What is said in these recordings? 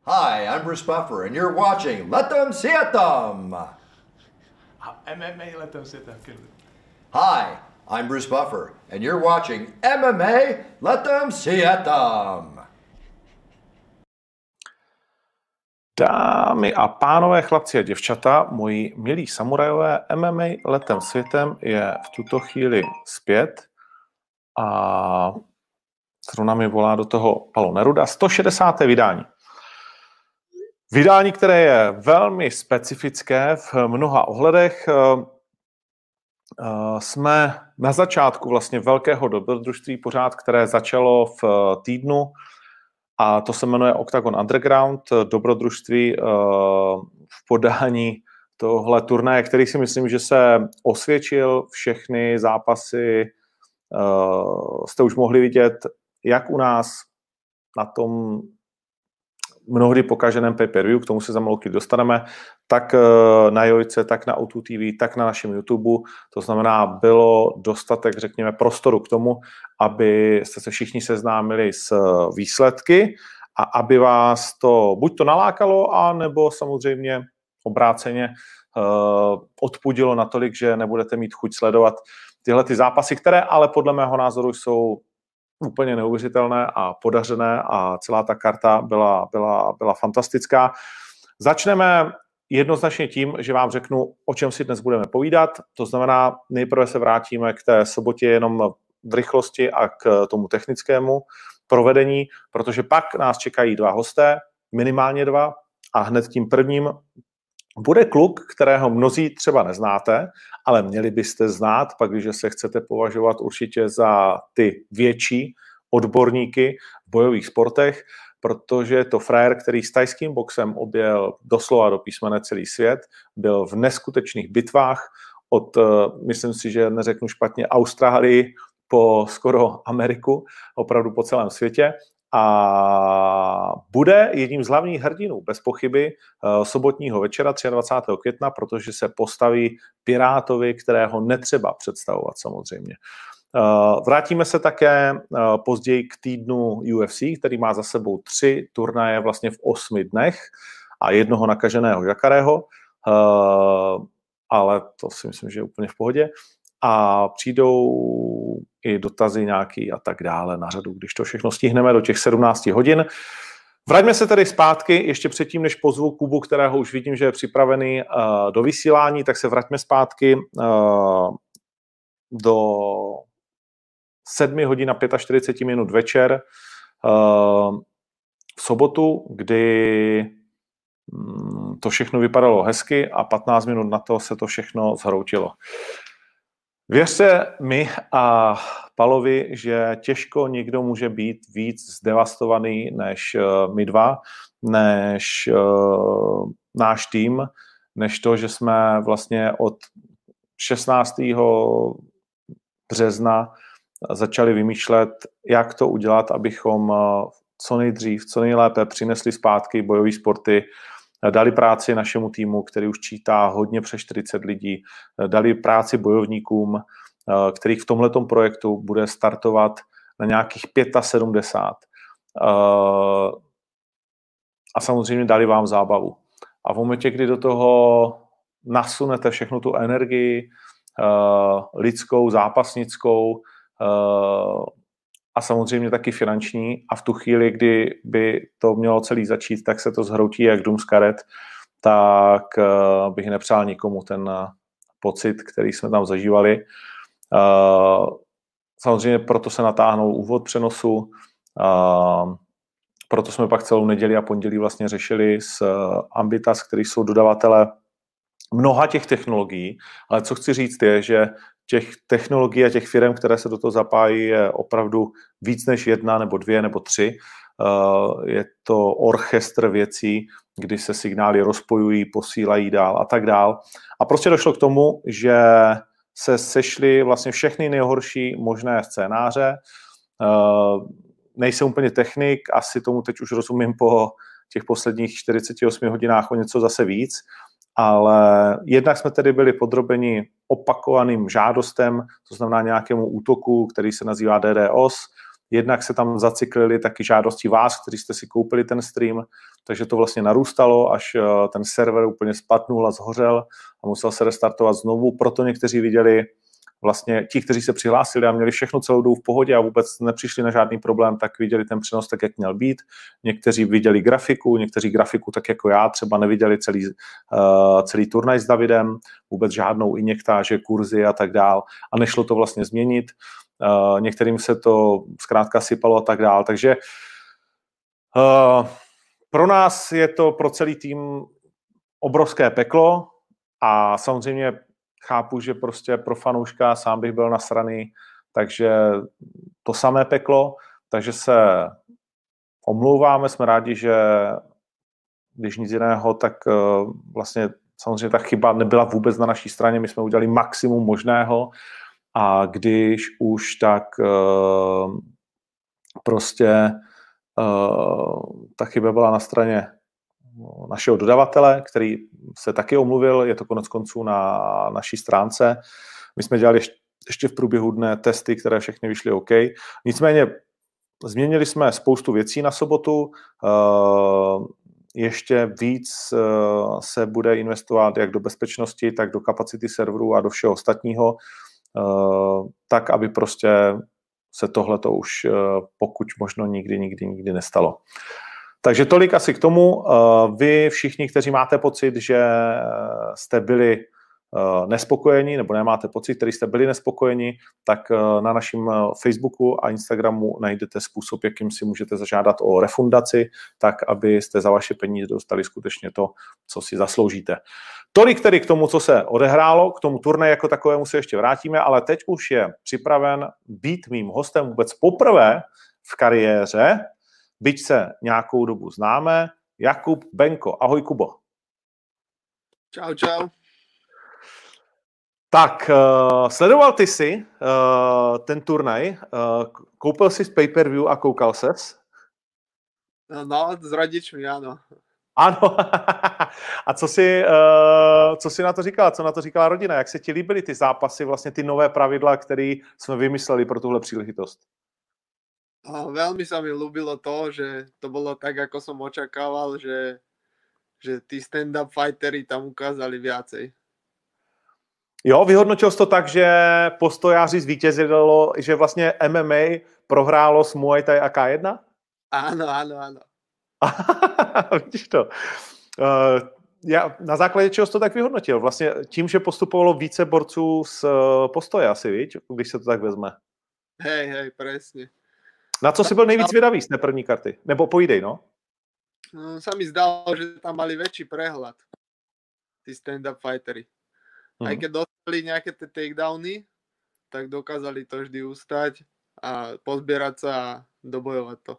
Hi, I'm Bruce Buffer, and you're watching Let Them See It Them! MMA Letem světem, kyllä. Hi, I'm Bruce Buffer, and you're watching MMA Let Them See It Them! Dámy a pánové, chlapci a děvčata, moji milí samurajové, MMA Letem světem je v tuto chvíli zpět a zrovna mi volá do toho Palo Neruda. 160. vydání. Vydání, které je velmi specifické v mnoha ohledech. Jsme na začátku vlastně velkého dobrodružství pořád, které začalo v týdnu, a to se jmenuje Octagon Underground, dobrodružství v podání tohle turnaje, který si myslím, že se osvědčil. Všechny zápasy jste už mohli vidět, jak u nás na tom mnohdy pokaženém pay-per-view, k tomu se za malou chvíli dostaneme, tak na Jojce, tak na O2 TV, tak na našem YouTube. To znamená, bylo dostatek, řekněme, prostoru k tomu, aby jste se všichni seznámili s výsledky a aby vás to buď to nalákalo, anebo samozřejmě obráceně odpudilo natolik, že nebudete mít chuť sledovat tyhle ty zápasy, které ale podle mého názoru jsou úplně neuvěřitelné a podařené a celá ta karta byla fantastická. Začneme jednoznačně tím, že vám řeknu, o čem si dnes budeme povídat. To znamená, nejprve se vrátíme k té sobotě jenom v rychlosti a k tomu technickému provedení, protože pak nás čekají dva hosté, minimálně dva, a hned tím prvním bude kluk, kterého mnozí třeba neznáte, ale měli byste znát, pak když se chcete považovat určitě za ty větší odborníky v bojových sportech, protože je to frajer, který s thajským boxem objel doslova do písmene celý svět, byl v neskutečných bitvách od, myslím si, že neřeknu špatně, Austrálii po skoro Ameriku, opravdu po celém světě. A bude jedním z hlavních hrdinů, bez pochyby, sobotního večera 23. května, protože se postaví Pirátovi, kterého netřeba představovat samozřejmě. Vrátíme se také později k týdnu UFC, který má za sebou 3 turnaje vlastně v 8 dnech a jednoho nakaženého Jakarého, ale to si myslím, že je úplně v pohodě. A přijdou i dotazy nějaký a tak dále na řadu, když to všechno stihneme do těch 17 hodin. Vraťme se tedy zpátky, ještě předtím, než pozvu Kubu, kterého už vidím, že je připravený do vysílání, tak se vraťme zpátky do 7 hodin a 45 minut večer v sobotu, kdy to všechno vypadalo hezky a 15 minut na to se to všechno zhroutilo. Věřte mi a Palovi, že těžko někdo může být víc zdevastovaný než my dva, než náš tým, než to, že jsme vlastně od 16. března začali vymýšlet, jak to udělat, abychom co nejdřív, co nejlépe přinesli zpátky bojové sporty, dali práci našemu týmu, který už čítá hodně přes 40 lidí, dali práci bojovníkům, kterých v tomhletom projektu bude startovat na nějakých 75. A samozřejmě dali vám zábavu. A v momentě, kdy do toho nasunete všechnu tu energii, lidskou, zápasnickou a samozřejmě taky finanční, a v tu chvíli, kdy by to mělo celý začít, tak se to zhroutí jak dům z karet, tak bych nepřál nikomu ten pocit, který jsme tam zažívali. Samozřejmě proto se natáhnul úvod přenosu, proto jsme pak celou neděli a pondělí vlastně řešili s Ambitas, který jsou dodavatele mnoha těch technologií, ale co chci říct je, že těch technologií a těch firm, které se do toho zapájí, je opravdu víc než 1 nebo 2 nebo 3. Je to orchestr věcí, kdy se signály rozpojují, posílají dál a tak dál. A prostě došlo k tomu, že se sešly vlastně všechny nejhorší možné scénáře. Nejsem úplně technik, asi tomu teď už rozumím po těch posledních 48 hodinách o něco zase víc, ale jednak jsme tedy byli podrobeni opakovaným žádostem, to znamená nějakému útoku, který se nazývá DDoS, Jednak se tam zacyklili taky žádosti vás, kteří jste si koupili ten stream, takže to vlastně narůstalo, až ten server úplně spadnul a zhořel a musel se restartovat znovu. Proto někteří viděli, vlastně ti, kteří se přihlásili a měli všechno celou dobu v pohodě a vůbec nepřišli na žádný problém, tak viděli ten přenos tak, jak měl být. Někteří viděli grafiku, někteří grafiku tak jako já, třeba neviděli celý turnaj s Davidem, vůbec žádnou injektáže, kurzy a tak dál a nešlo to vlastně změnit. Některým se to zkrátka sypalo a tak dál. Takže pro nás je to pro celý tým obrovské peklo a samozřejmě chápu, že prostě pro fanouška sám bych byl nasraný, takže to samé peklo, takže se omlouváme, jsme rádi, že když nic jiného, tak vlastně samozřejmě ta chyba nebyla vůbec na naší straně, my jsme udělali maximum možného a když už, tak prostě ta chyba byla na straně našeho dodavatele, který se taky omluvil, je to konec konců na naší stránce. My jsme dělali ještě v průběhu dne testy, které všechny vyšly OK. Nicméně změnili jsme spoustu věcí na sobotu, ještě víc se bude investovat jak do bezpečnosti, tak do kapacity serverů a do všeho ostatního, tak, aby prostě se tohleto už pokud možno nikdy nestalo. Takže tolik asi k tomu. Vy všichni, kteří máte pocit, že jste byli nespokojení, nebo nemáte pocit, který jste byli nespokojeni, tak na našem Facebooku a Instagramu najdete způsob, jakým si můžete zažádat o refundaci, tak abyste za vaše peníze dostali skutečně to, co si zasloužíte. Tolik tedy k tomu, co se odehrálo, k tomu turnaji jako takovému se ještě vrátíme, ale teď už je připraven být mým hostem vůbec poprvé v kariéře, byť se nějakou dobu známe, Jakub Benko. Ahoj, Kubo. Čau. Tak, sledoval ty si ten turnaj, koupil jsi pay-per-view a koukal ses? No, s rodičmi, ano. Ano. A co jsi na to říkala? Co na to říkala rodina? Jak se ti líbily ty zápasy, vlastně ty nové pravidla, které jsme vymysleli pro tuhle příležitost? Veľmi sa mi ľúbilo to, že to bolo tak, ako som očakával, že tí stand-up fightery tam ukázali viacej. Jo, vyhodnotil jsi to tak, že postojáři zvítězilo, že vlastně MMA prohrálo s Muay Thai a K1? Áno. Vidíš to. Na základě čeho jsi to tak vyhodnotil? Vlastně tím, že postupovalo více borců z postoje asi, víš, když se to tak vezme. Hej, presne. Na co jsi byl nejvíc zvědavý z té první karty? Nebo povídej, no? No, sa mi zdalo, že tam mali väčší prehľad. Tí stand-up fightery. Aj keď dostali nejaké tie takedowny, tak dokázali to vždy ustať a pozbierať sa a dobojovať to.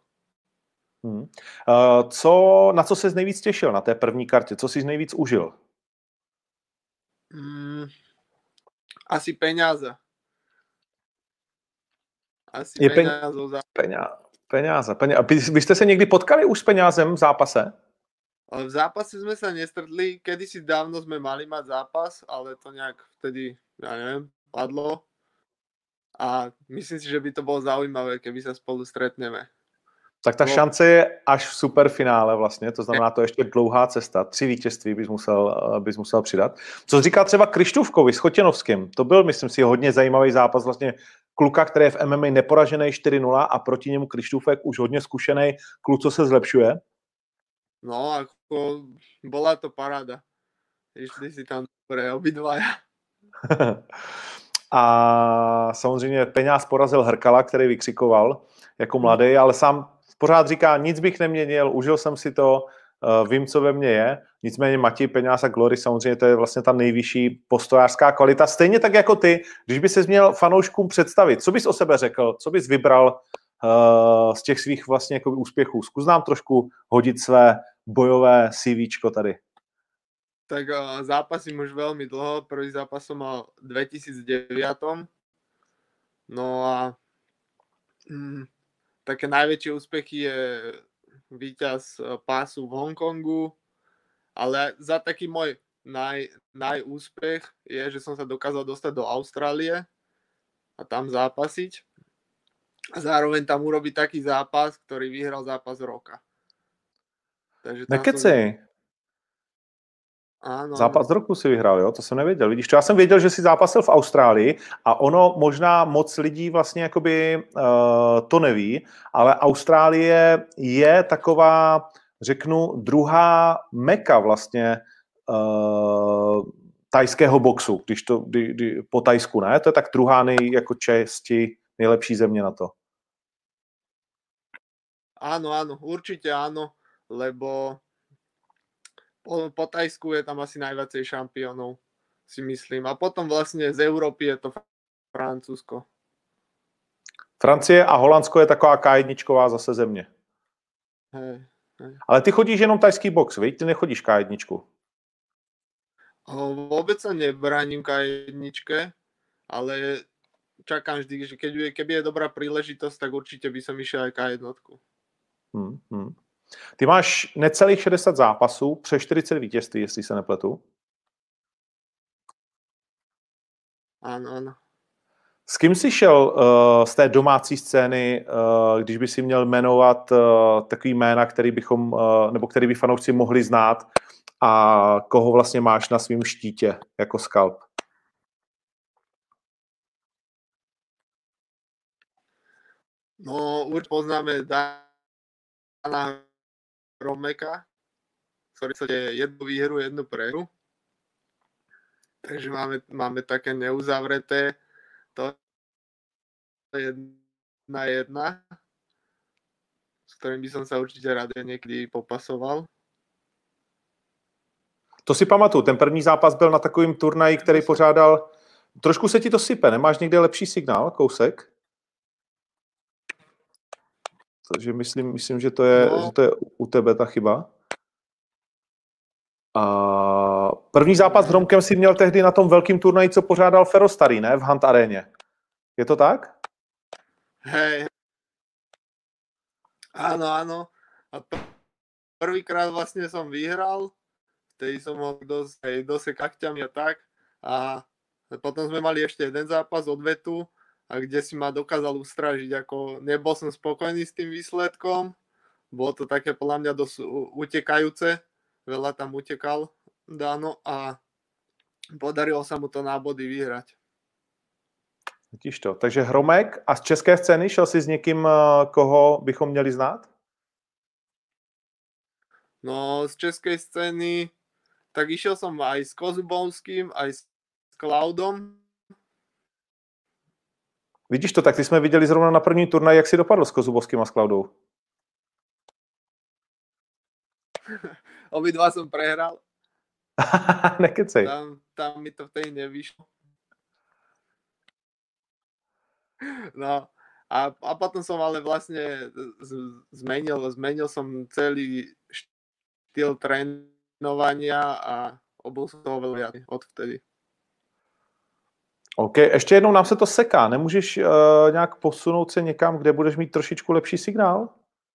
Na co ses nejvíc těšil na té první kartě? Co jsi nejvíc užil? Asi peniaze. Peňáze. A vy jste se někdy potkali už s peňázem v zápase? V zápase sme sa nestretli, kedysi dávno sme mali mať zápas, ale to nejak vtedy, ja neviem, padlo. A myslím si, že by to bolo zaujímavé, keby sa spolu stretneme. Tak ta šance je až v superfinále vlastně, to znamená, to je ještě dlouhá cesta. 3 vítězství bys musel přidat. Co říkal třeba Krištůvkovi s Chotěnovským? To byl, myslím si, hodně zajímavý zápas vlastně kluka, který je v MMA neporažený 4-0 a proti němu Krištůvek už hodně zkušený kluk, co se zlepšuje. No, ako bola to paráda. Išli si tam dobre obidvaja. A samozřejmě Peňáz porazil Hrkala, který vykřikoval jako mladý, ale sám pořád říká, nic bych neměnil, užil jsem si to, vím, co ve mně je. Nicméně Matěj Peňáz a Glory samozřejmě to je vlastně ta nejvyšší postojářská kvalita. Stejně tak jako ty, když by ses měl fanouškům představit, co bys o sebe řekl, co bys vybral z těch svých vlastně jako úspěchů. Zkus nám trošku hodit své bojové CVčko tady. Tak zápasím už veľmi dlho. Prvý zápas som mal v 2009. No a také najväčšie úspechy je víťaz pásu v Hongkongu, ale za taký môj najúspech je, že som sa dokázal dostať do Austrálie a tam zápasiť. A zároveň tam urobí taký zápas, ktorý vyhral zápas roka. Takže tam Nekecej. Áno, Zápas roku si vyhrál, jo? To jsem nevěděl. Vidíš, to já jsem věděl, že si zápasil v Austrálii a ono možná moc lidí vlastně jakoby to neví, ale Austrálie je taková, řeknu, druhá meka vlastně tajského boxu, když to po Tajsku, ne? To je tak druhá jako česti nejlepší země na to. Áno, určite áno, lebo po Tajsku je tam asi najviacej šampiónov, si myslím. A potom vlastne z Európy je to Francúzsko. Francie a Holandsko je taková K1 zase země. Hej. Ale ty chodíš jenom tajský box, viď? Ty nechodíš K1. Vôbec sa nebraním K1, ale čakám vždy, že keby je dobrá príležitosť, tak určite by som išiel aj K1. Ty máš necelých 60 zápasů, přes 40 vítězství, jestli se nepletu. Áno. S kým jsi šel z té domácí scény, když by si měl jmenovat takový jména, který by fanoušci mohli znát a koho vlastně máš na svém štítě jako skalp? No, určite poznáme Dana Hromeka, ktorý sa jednu výhru, jednu prehru. Takže máme také neuzavreté. To je 1-1, s ktorým by som sa určite rád niekdy popasoval. To si pamatuju, ten první zápas byl na takovým turnaji, který pořádal... Trošku se ti to sype, nemáš někde lepší signál, kousek? Takže myslím, že to je u tebe ta chyba. A první zápas s Hromkem si měl tehdy na tom velkým turnaji, co pořádal Ferostary, ne? V Hunt aréně. Je to tak? Hej. Áno. A prvýkrát vlastne som vyhral, vtedy som ho dosek akťami a tak. A potom sme mali ešte jeden zápas odvetu, a kde si ma dokázal ustražiť, ako nebol som spokojný s tým výsledkom. Bolo to také podľa mňa dosť utekajúce. Veľa tam utekal Dano a podarilo sa mu to na body vyhrať. Vidíš to. Takže Hromek a z české scény šel si s někým, koho bychom měli znát? No, z českej scény tak išiel som aj s Kozubovským, aj s Cloudom. Vidíš to, tak ty jsme viděli zrovna na první turnaj, jak si dopadl s Kozubovským a s Cloudou. Obidva som prehral. Nekecej. Tam mi to vtedy nevyšlo. No a potom som ale vlastne zmenil som celý štýl trénovania a bol som toho veľa viac odvtedy. OK, ještě jednou nám se to seká. Nemůžeš nějak posunout se někam, kde budeš mít trošičku lepší signál?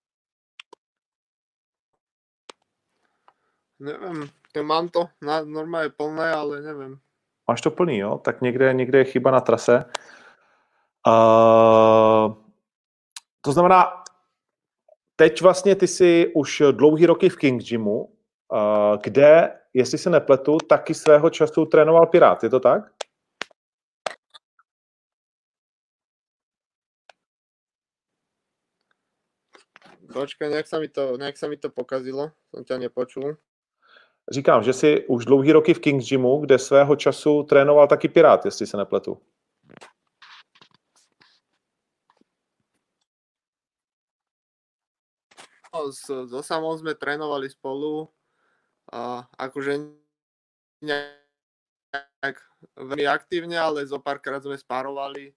Neviem, mám to normálne plné, ale neviem. Máš to plný, jo? Tak někde je chyba na trase. To znamená, teď vlastně ty jsi už dlouhý roky v Kings Gymu, kde, jestli se nepletu, taky svého času trénoval Pirát, je to tak? Počkaj, nejak sa mi to pokazilo, som ťa nepočul. Říkám, že jsi už dlouhý roky v Kings Gymu, kde svého času trénoval taky Pirát, jestli se nepletu. So Samom sme trénovali spolu a akože nejak veľmi aktívne, ale zo párkrát sme spárovali.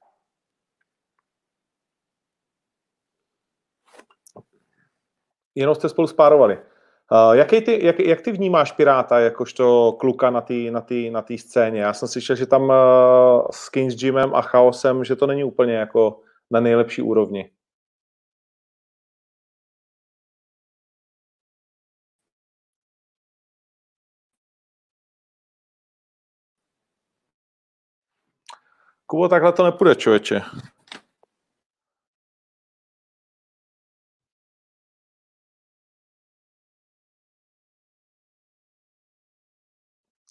Jenom jste spolu spárovali. Jak ty vnímáš Piráta jakožto kluka na té scéně? Já jsem slyšel, že tam s Kings Gymem a Chaosem, že to není úplně jako na nejlepší úrovni. Kubo, takhle to nepůjde, člověče.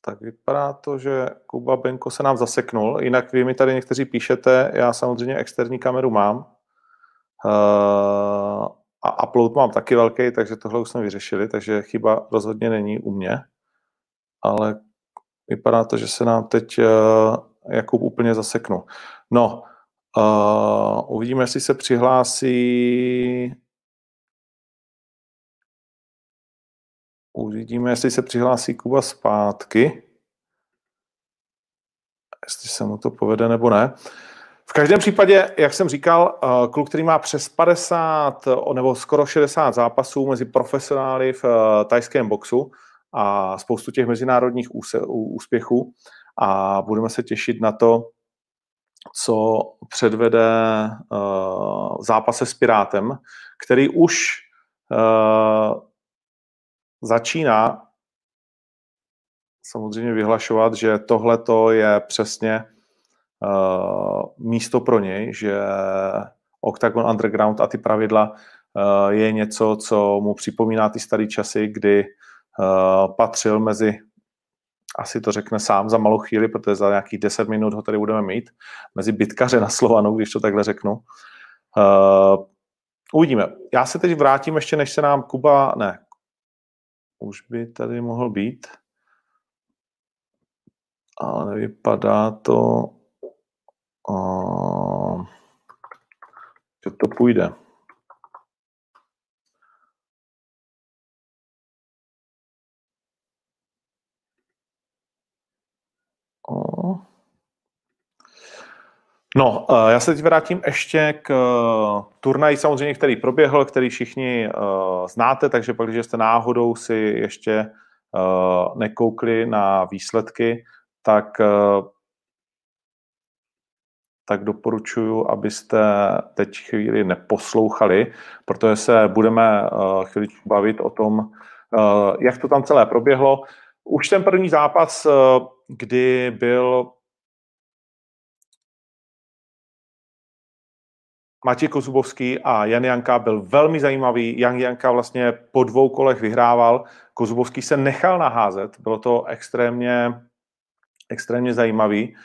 Tak vypadá to, že Kuba Benko se nám zaseknul. Jinak vy mi tady někteří píšete, já samozřejmě externí kameru mám. A upload mám taky velký, takže tohle už jsme vyřešili, takže chyba rozhodně není u mě. Ale vypadá to, že se nám teď Jakub úplně zaseknul. No, uvidíme, jestli se přihlásí... Uvidíme, jestli se přihlásí Kuba zpátky. Jestli se mu to povede, nebo ne. V každém případě, jak jsem říkal, kluk, který má přes 50 nebo skoro 60 zápasů mezi profesionály v thajském boxu a spoustu těch mezinárodních úspěchů a budeme se těšit na to, co předvede v zápase s Pirátem, který už začíná samozřejmě vyhlašovat, že tohleto je přesně místo pro něj, že Octagon Underground a ty pravidla je něco, co mu připomíná ty staré časy, kdy patřil mezi, asi to řekne sám za malou chvíli, protože za nějakých 10 minut ho tady budeme mít, mezi bitkaře na Slovanu, když to takhle řeknu. Uvidíme. Já se teď vrátím ještě, než se nám Kuba... Ne, už by tady mohl být. Ale nevypadá to... že to půjde. No, já se teď vrátím ještě k turnaji samozřejmě, který proběhl, který všichni znáte, takže pak, když jste náhodou si ještě nekoukli na výsledky, tak doporučuji, abyste teď chvíli neposlouchali, protože se budeme chvíličku bavit o tom, jak to tam celé proběhlo. Už ten první zápas, kdy byl Matěj Kozubovský a Jan Janka, byl velmi zajímavý. Jan Janka vlastně po 2 kolech vyhrával. Kozubovský se nechal naházet. Bylo to extrémně zajímavý.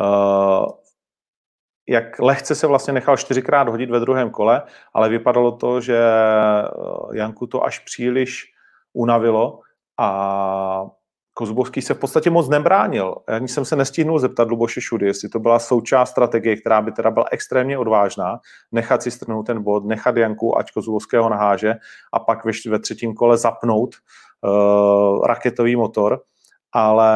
Jak lehce se vlastně nechal 4krát hodit ve druhém kole, ale vypadalo to, že Janku to až příliš unavilo a Kozubovský se v podstatě moc nebránil. Ani jsem se nestihnul zeptat Luboše Šudy, jestli to byla součást strategie, která by teda byla extrémně odvážná, nechat si strhnout ten bod, nechat Janku, ať Kozubovského naháže a pak ve 3. kole zapnout raketový motor, ale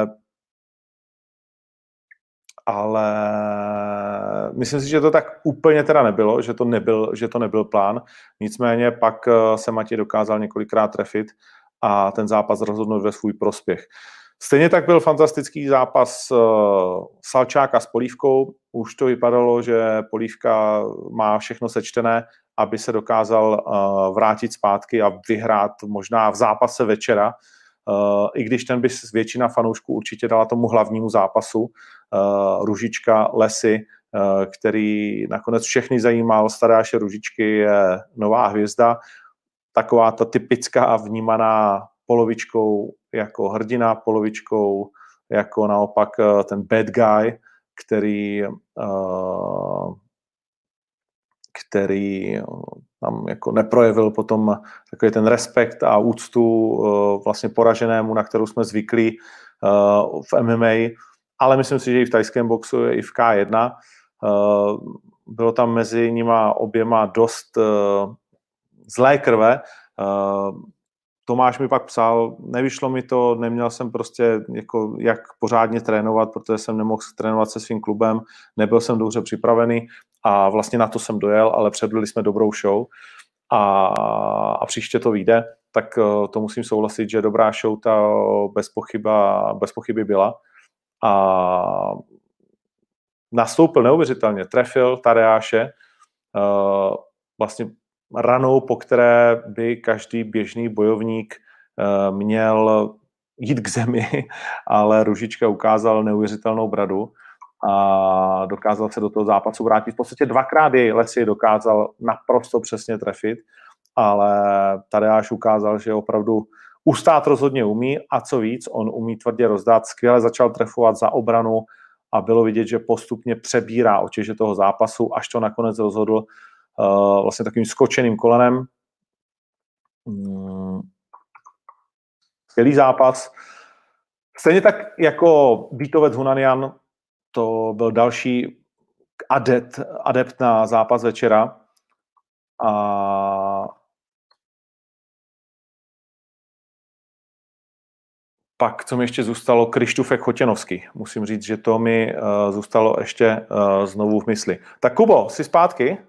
myslím si, že to tak úplně teda nebylo, že to nebyl plán. Nicméně pak se Matěj dokázal několikrát trefit a ten zápas rozhodnul ve svůj prospěch. Stejně tak byl fantastický zápas Salčáka s Polívkou. Už to vypadalo, že Polívka má všechno sečtené, aby se dokázal vrátit zpátky a vyhrát možná v zápase večera, i když ten by většina fanoušků určitě dala tomu hlavnímu zápasu. Růžička, Lesy, který nakonec všechny zajímal. Staráše Růžičky je nová hvězda, taková ta typická vnímaná polovičkou jako hrdina, polovičkou jako naopak ten bad guy, který tam jako neprojevil potom takový ten respekt a úctu vlastně poraženému, na kterou jsme zvyklí v MMA, ale myslím si, že i v thajském boxu, i v K1. Bylo tam mezi nima oběma dost zlé krve. Tomáš mi pak psal, nevyšlo mi to, neměl jsem prostě jako jak pořádně trénovat, protože jsem nemohl trénovat se svým klubem, nebyl jsem dobře připravený a vlastně na to jsem dojel, ale předvedli jsme dobrou show a příště to vyjde, tak to musím souhlasit, že dobrá show ta bez pochyby byla a nastoupil neuvěřitelně, trefil Tadeáše, vlastně ranou, po které by každý běžný bojovník měl jít k zemi, ale Růžička ukázal neuvěřitelnou bradu a dokázal se do toho zápasu vrátit. V podstatě 2krát jej Lesy dokázal naprosto přesně trefit, ale Tadeáš ukázal, že je opravdu ustát rozhodně umí a co víc, on umí tvrdě rozdat, skvěle začal trefovat za obranu a bylo vidět, že postupně přebírá otěže toho zápasu, až to nakonec rozhodl vlastně takovým skočeným kolenem. Skvělý zápas. Stejně tak jako Vítovec Hunanian, to byl další adept na zápas večera. A pak, co mi ještě zůstalo, Krištůfek Chotěnovský. Musím říct, že to mi zůstalo ještě znovu v mysli. Tak Kubo, jsi zpátky?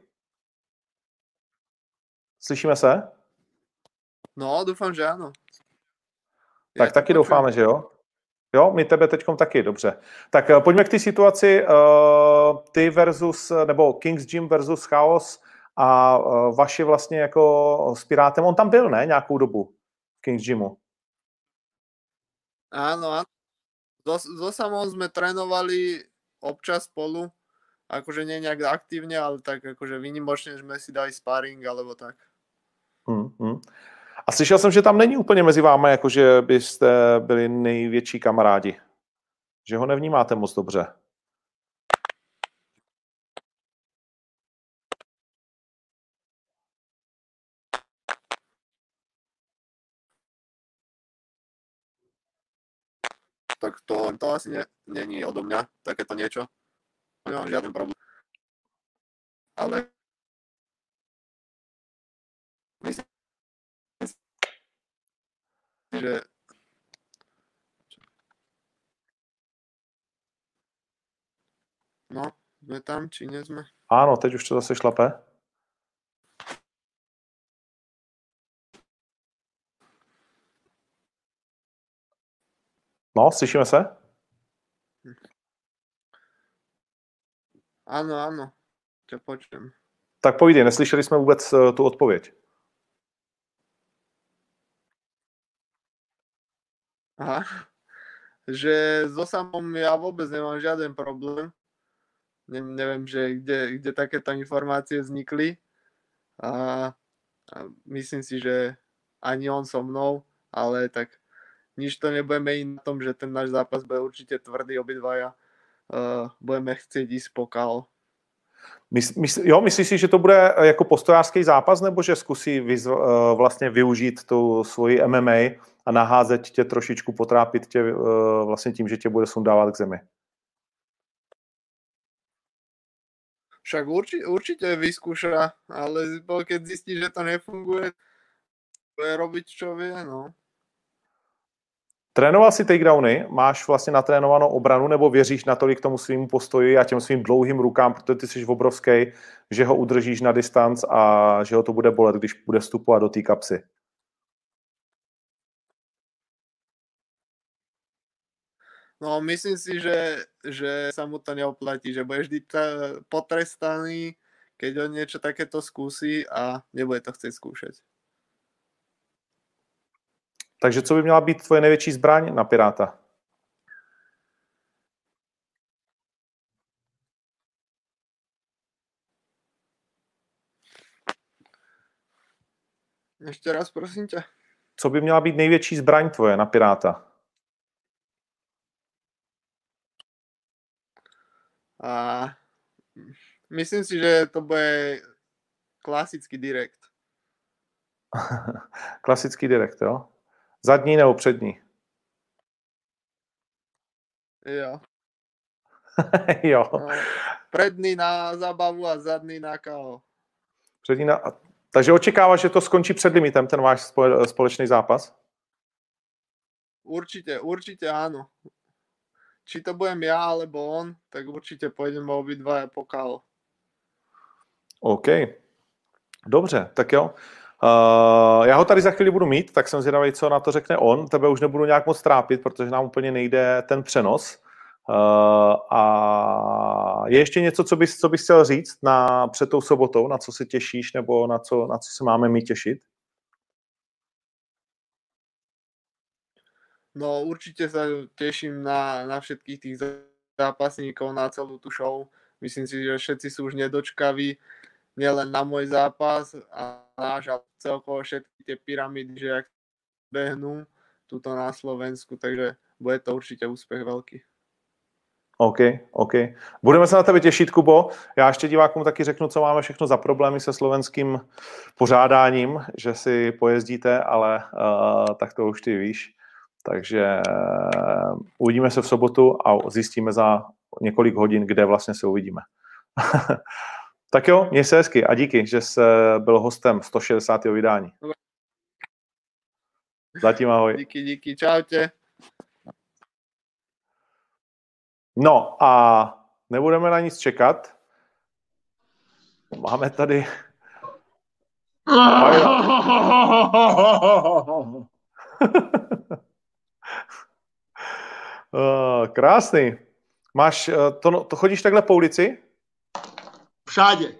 Slyšíme se? No, doufám, že ano. Tak taky doufáme, že jo? Jo, my tebe teďkom taky, dobře. Tak pojďme k té situaci, ty versus, nebo Kings Gym versus Chaos a vaši vlastně jako s Pirátem. On tam byl, ne? Nějakou dobu v Kings Gymu. Áno. So Samom sme trénovali občas spolu, akože nie nejak aktívne, ale tak akože výnimočne sme si dali sparring alebo tak. A slyšel jsem, že tam není úplně mezi vámi, jakože byste byli největší kamarádi. Že ho nevnímáte moc dobře. Tak to asi není odo mňa, takéto niečo. Nemám žiaden problém. Ale myslím si, že no, sme tam, či nie sme? Áno, teď už to zase šlape. No, slyšíme se? Áno, ťa počujem. Tak povídej, neslyšeli jsme vůbec tu odpověď. Aha, že so Samom ja vôbec nemám žiaden problém. Neviem, že kde takéto informácie vznikli. A myslím si, že ani on so mnou, ale tak nič to nebudeme meniť na tom, že ten náš zápas bude určite tvrdý obidvaja. Budeme chcieť ísť pokal. Myslíš si, že to bude jako postojářský zápas, nebo že zkusí vlastně využít tu svoji MMA a naházet tě trošičku, potrápit tě vlastně tím, že tě bude sundávat k zemi? Však určite vyskúša, ale keď zistí, že to nefunguje, bude robiť, čo vie, no. Trénoval si takedowny? Máš vlastně natrénovanou obranu, nebo věříš natolik tomu svým postoji a těm svým dlouhým rukám, protože ty jsi obrovský, že ho udržíš na distanc a že ho to bude bolet, když bude vstupovat do té kapsy? No, myslím si, že sa mu to neoplatí, že bude vždy potrestaný, keď on niečo takéto skúsi a nebude to chcieť skúšať. Takže co by měla být tvoje největší zbraň na Piráta? Ešte raz, prosím ťa. Co by měla být největší zbraň tvoje na Piráta? A myslím si, že to bude klasický direkt. Klasický direkt, jo? Zadní nebo přední? Jo. Jo. No, predný na zábavu a zadný na KO. Přední na... Takže očekáváš, že to skončí před limitem, ten váš společný zápas? Určite áno. Či to budem ja, alebo on, tak určite pôjdeme obidvaja po KO. OK. Dobře, tak jo. Já ho tady za chvíli budu mít, tak jsem zvědavý, co na to řekne on. Tebe už nebudu nějak moc trápit, protože nám úplně nejde ten přenos. A je ještě něco, co bys chtěl říct před tou sobotou, na co se těšíš, nebo na co se máme my těšit? No určite sa teším na všetkých tých zápasníkov, na celú tú show. Myslím si, že všetci sú už nedočkaví, nielen na môj zápas a náš, ale celkovo všetky tie pyramídy, že ak behnú tuto na Slovensku, takže bude to určitě úspěch velký. OK. Budeme se na tebe těšit, Kubo. Já ještě divákům taky řeknu, co máme všechno za problémy se slovenským pořádáním, že si pojezdíte, ale tak to už ty víš. Takže uvidíme se v sobotu a zjistíme za několik hodin, kde vlastně se uvidíme. Tak jo, měj se hezky a díky, že jsi byl hostem 160. vydání. Zatím ahoj. Díky, čaute. No a nebudeme na nic čekat. Máme tady... Krásný. Máš, to chodíš takhle po ulici? Všade.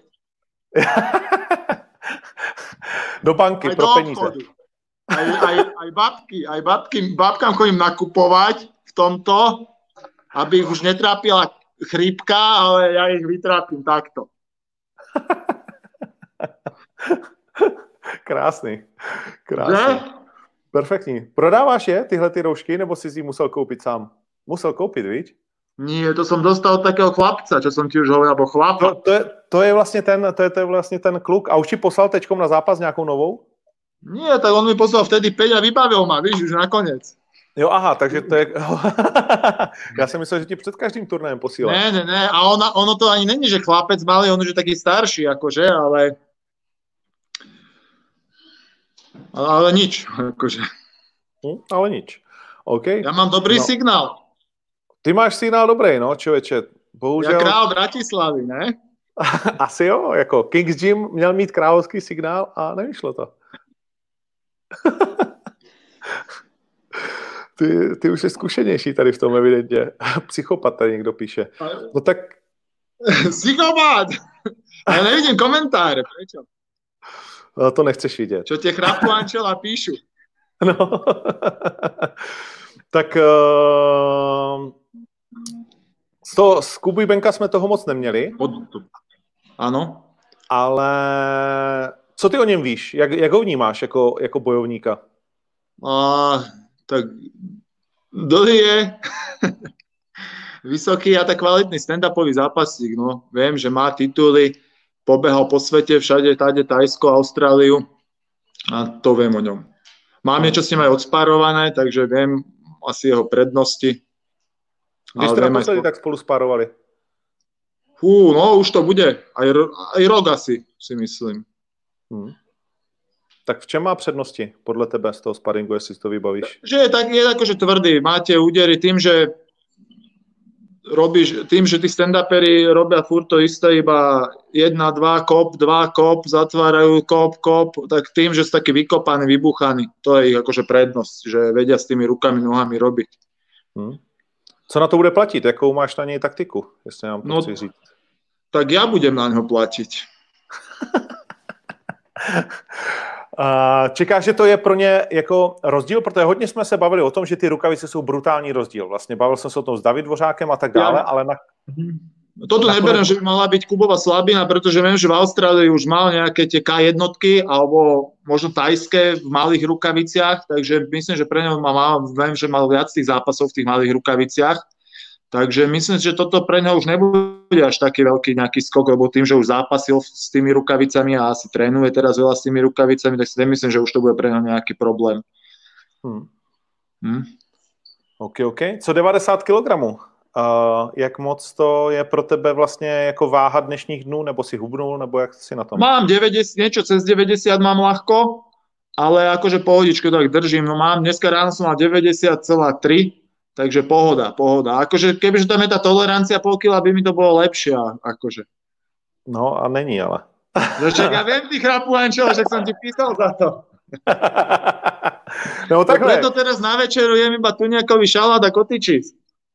Do banky, aj pro do peníze. Obchodu. Aj babkám chodím nakupovať v tomto, aby ich už netrápila chrípka, ale ja ich vytrápim takto. Krásný. Že? Perfektní. Prodáváš je, tyhle ty roušky, nebo si ji musel koupit sám? Musel koupit, viď? Nie, to som dostal od takého chlapca, čo som ti už hovoril, alebo chlapa. To je vlastně ten kluk. A už ti poslal teďkom na zápas nějakou novou? Nie, tak on mi poslal vtedy 5 a vybavil ma, víš, už nakoniec. Jo, aha, takže to je... Já jsem myslel, že ti před každým turnajem posílá. Ne, a ono to ani není, že chlapec malý, on už je taký starší, akože, ale nič, akože. Ale nič. OK. Ja mám dobrý signál. Ty máš signál dobrý, no, člověče. Bohužel... Ja král Bratislavy, ne? Asi jo, jako Kings Gym měl mít královský signál a nevyšlo to. Ty už jsi zkušenější tady v tom evidentně. Psychopat tady někdo píše. No tak... Psychopat! Ja nevidím komentáře, prečo? No, to nechceš vidět. Čo tie chrapu Ančela píšu? No. Tak z Kuby Benka jsme toho moc neměli. Ano. Ale co ty o něm víš? Jak ho vnímáš jako bojovníka? Tak dlhý je, vysoký a tak kvalitný stand-upový zápasník. No. Viem, že má tituly, pobehal po svete, všade, táde Tajsko, Austráliu a to viem o ňom. Mám niečo s ním aj odspárované, takže viem asi jeho prednosti. Když ste naposledy tak spolu spárovali? No už to bude. Aj rok asi, si myslím. Tak v čem má přednosti podle tebe z toho sparingu, jestli si to vybavíš? Že je akože tvrdý. Máte údery tým, že tí stand-uperi robia furt to isté, iba 1, 2 kop, zatvárajú kop, tak tým, že sú takí vykopaní, vybuchaní. To je ich akože prednosť, že vedia s tými rukami, nohami robiť. Co na to bude platit? Jakou máš na něj taktiku? Jestli nám to chci říct. Tak ja budem na něho platiť. Čekáš, že to je pro ně jako rozdíl? Protože hodně jsme se bavili o tom, že ty rukavice jsou brutální rozdíl. Vlastně bavil jsem se o tom s David Dvořákem a tak dále, ale Toto neberiem, že by mala byť Kubova slabina, pretože viem, že v Austrálii už mal nejaké tie K1 alebo možno tajské v malých rukaviciach, takže myslím, že pre neho viem, že mal viac tých zápasov v tých malých rukaviciach. Takže myslím, že toto pre neho už nebude až taký veľký nejaký skok, lebo tým, že už zápasil s tými rukavicami a asi trénuje teraz veľa s tými rukavicami, tak si nemyslím, že už to bude pre neho nejaký problém. OK. Co 90 kg? Jak moc to je pro tebe vlastně jako váha dnešních dnů, nebo si hubnul, nebo jak si na tom? Mám 90, niečo cez 90 mám ľahko, ale akože pohodičku tak držím. No mám, dneska ráno som mal 90,3, takže pohoda. Akože kebyže tam je tá tolerancia pol kila, by mi to bolo lepšie, akože. No a není, ale. Však ja viem, ty chrapu Ančela, že som ti písal za to. No takhle. Preto teraz na večeru jem iba tuňakový šalát a kotyčis.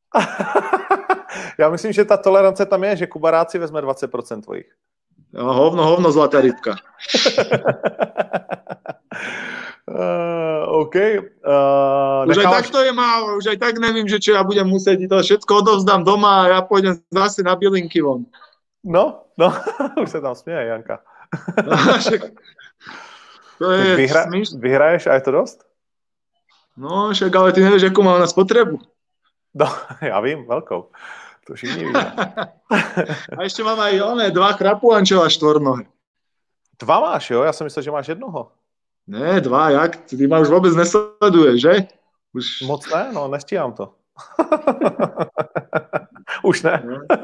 Já myslím, že ta tolerance tam je, že Kuba si vezme 20% tvojich. Jo, hovno, zlatá rybka. OK. Už aj tak to je málo, už aj tak nevím, že čo ja budem musieť, to všetko odovzdám doma a ja pôjdem zase na bylinky von. No, už se tam směje, Janka. To je vyhraješ a je to dost? No, však ale ty nevieš, akú mám na spotrebu. No, já vím, velkou. To všichni víme. A ešte mám aj 2 krapuančela štvornohy. 2 máš, jo? Já jsem myslel, že máš jednoho. Ne, 2, jak? Ty ma už vôbec nesleduješ, že? Už... Moc ne, no, nestíhám to. Už ne.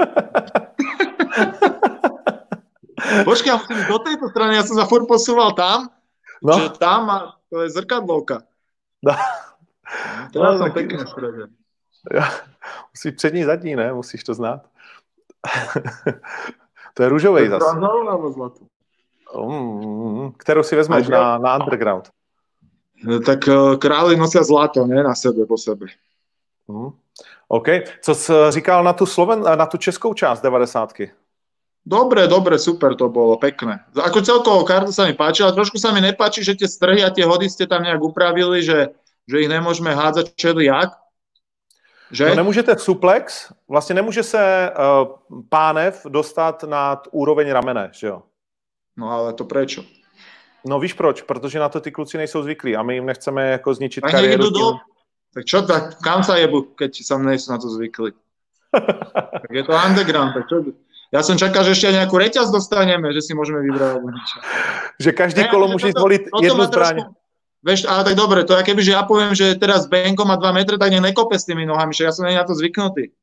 Počkaj, ja musím ísť do tejto strany, ja som sa furt posúval tam, No, že tam a to je zrkadlovka. no. Teraz No, som tak- pekne v strede. Musíš přední zadní, ne? Musíš to znát. To je růžovej zas. Bronzovú alebo zlatú? Kterou si vezmeš na underground. Tak králi nosia zlato, ne? Na sebe, po sebe. OK. Co jsi říkal na tu českou část 90. Dobre, super to bolo, pekné. Ako celkovo karta sa mi páčila, trošku sa mi nepáči, že tie strhy a tie hody ste tam nejak upravili, že ich nemôžeme hádzať čeliak. Že? No nemůžete suplex, vlastně nemůže se pánev dostat nad úroveň ramene, že jo? No ale to prečo? No víš proč? Protože na to ty kluci nejsou zvyklí a my jim nechceme jako zničit Tak kariéru. Tak čo, tak kam sa jebu, keď sa nejsú na to zvykli? Tak je to underground, tak čo? Ja som čakal, že ešte aj nejakú reťaz dostaneme, že si môžeme vybrať alebo niečo. Že každý kolo může zvolit jednu zbraň. Vieš, ale tak dobre, to je keby, že ja poviem, že teraz Benko má 2 metre, tak nech nekope s tými nohami, že ja som na to zvyknutý.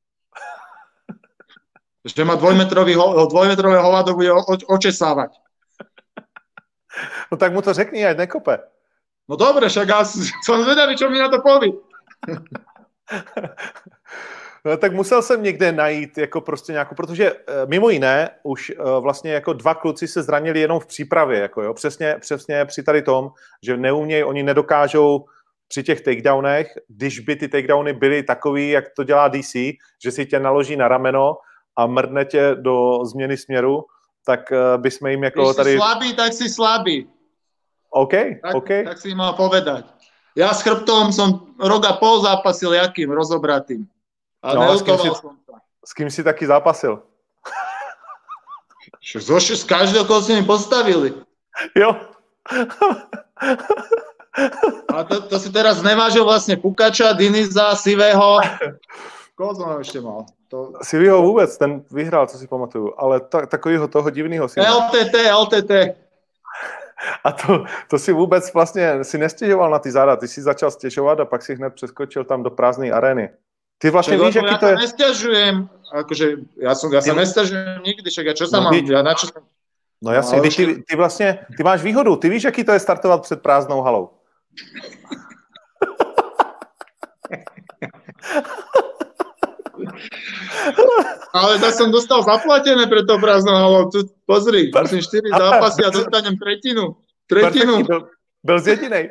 Že má dvojmetrové hovado bude očesávať. No tak mu to řekni, ať nekope. No dobre, však ja som zvedavý, čo mi na to poví. No, tak musel jsem někde najít jako prostě nějakou, protože mimo jiné už vlastně jako 2 kluci se zranili jenom v přípravě, jako jo, přesně při tady tom, že neumějí, oni nedokážou při těch takedownech, když by ty takedowny byly takový, jak to dělá DC, že si tě naloží na rameno a mrdne tě do změny směru, tak bychom jim jako Když tady... si slabý, tak si slabý. OK. Tak si mal povedať. Ja s chrbtom som rok a pol zápasil jakým, rozobratým. A No, neutoval som sa. S kým si taky zápasil? Z každého, koho si mi postavili. Jo. A to si teraz nevážil vlastne Pukača, Diniza, Sivého. Koho som ešte mal? Sivýho vůbec, ten vyhrál, co si pamatuju, ale takovýho toho divného si LTT. A to si vůbec vlastně si nestěžoval na ty záda, ty si začal stěžovat a pak si hned přeskočil tam do prázdné arény. Ty vlastně víš, jaký to je... Ja sa nesťažujem, akože ja sa nesťažujem nikdy, však ja čo sa mám, ja na čo som... No jasně, ty vlastně, ty máš výhodu, ty víš, jaký to je startovat před prázdnou halou. Ale tak som dostal zaplatené pre to prázdnou halou. Tu pozri, musím 4 zápasy a dostanem tretinu. Byl z jedinej.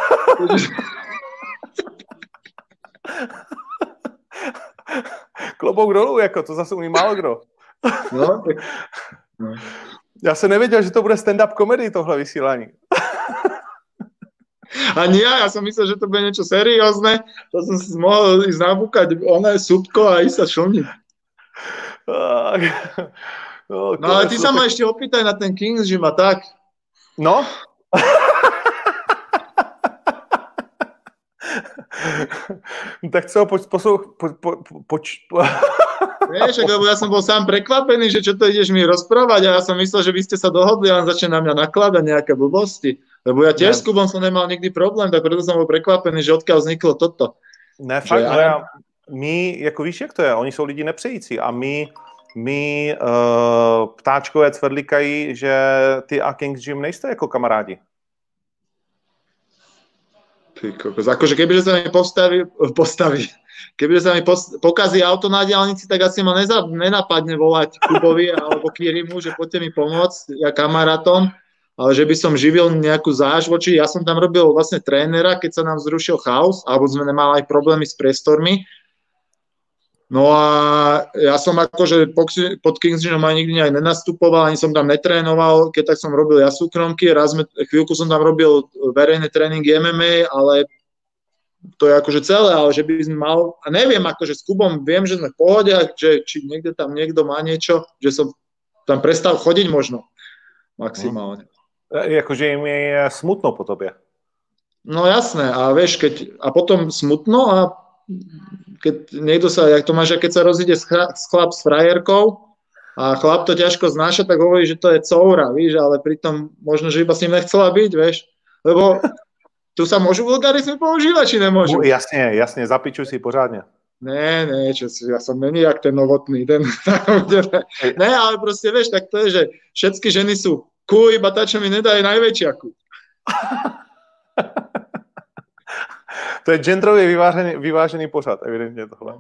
Klobouk dolů, jako to zase umí málo kdo. No, tak... No. Já jsem nevěděl, že to bude stand-up komedy, tohle vysílání. Ani ja som myslel, že to bude niečo seriózne, to som si mohol ísť nabúkať súbko a ísť sa šlniť. No ale ty sa ma ešte opýtaj na ten Kings Gym a tak. No? Tak co, Vieš, lebo ja som bol sám prekvapený, že čo to ideš mi rozprávať a ja som myslel, že vy ste sa dohodli a on začne na mňa nakladať nejaké blbosti. Lebo ja tiež s Kubom som nemal nikdy problém, tak preto som bol prekvapený, že odkiaľ vzniklo toto. Ne, fakt, ale my, jako víš, jak to je, oni jsou lidi nepřející a my ptáčkové cvedlikají, že ty a Kings Gym nejste jako kamarádi. Ty kokos, akože kebyže sa mi postaví, kebyže sa mi pokazí auto na diaľnici, tak asi ma nenapadne volať Kubovi alebo Kirimu, že poďte mi pomôcť, ja kamarátom, ale že by som živil nejakú záž voči. Ja som tam robil vlastne trénera, keď sa nám zrušil chaos, alebo sme nemali aj problémy s priestormi. No a ja som akože pod Kings Gymom ani nikdy aj nenastupoval, ani som tam netrénoval, keď tak som robil ja súkromky, chvíľku som tam robil verejné tréningy MMA, ale to je akože celé, ale že by sme mal, a neviem, akože s Kubom viem, že sme v pohode, že či niekde tam niekto má niečo, že som tam prestal chodiť možno maximálne. Jakože jim je smutno po tobě. No jasné, a vieš, a potom smutno a keď niekto sa, jak to máš, keď sa rozíde chlap s frajerkou a chlap to ťažko znáša, tak hovorí, že to je coura, víš, ale pritom možno, že iba s ním nechcela byť, vieš, lebo tu sa môžu vulgarizmy používať, či nemôžu? Jasně, zapičuj si pořádně. Ne, ja som není jak ten novotný, ne, ale proste, vieš, tak to je, že všetky ženy sú cool, iba tá, čo mi nedá, je najväčšia cool. To je genderově vyvážený pořad, evidentně tohle.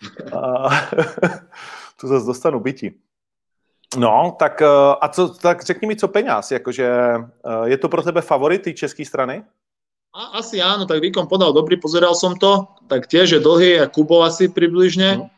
Tu zase dostanu bytí. No, tak tak řekni mi, co peňaz, jakože je to pro tebe favorit tej české strany? Asi áno, tak výkon podal dobrý, pozeral som to, tak tiež je dlhý, a Kubo asi približne.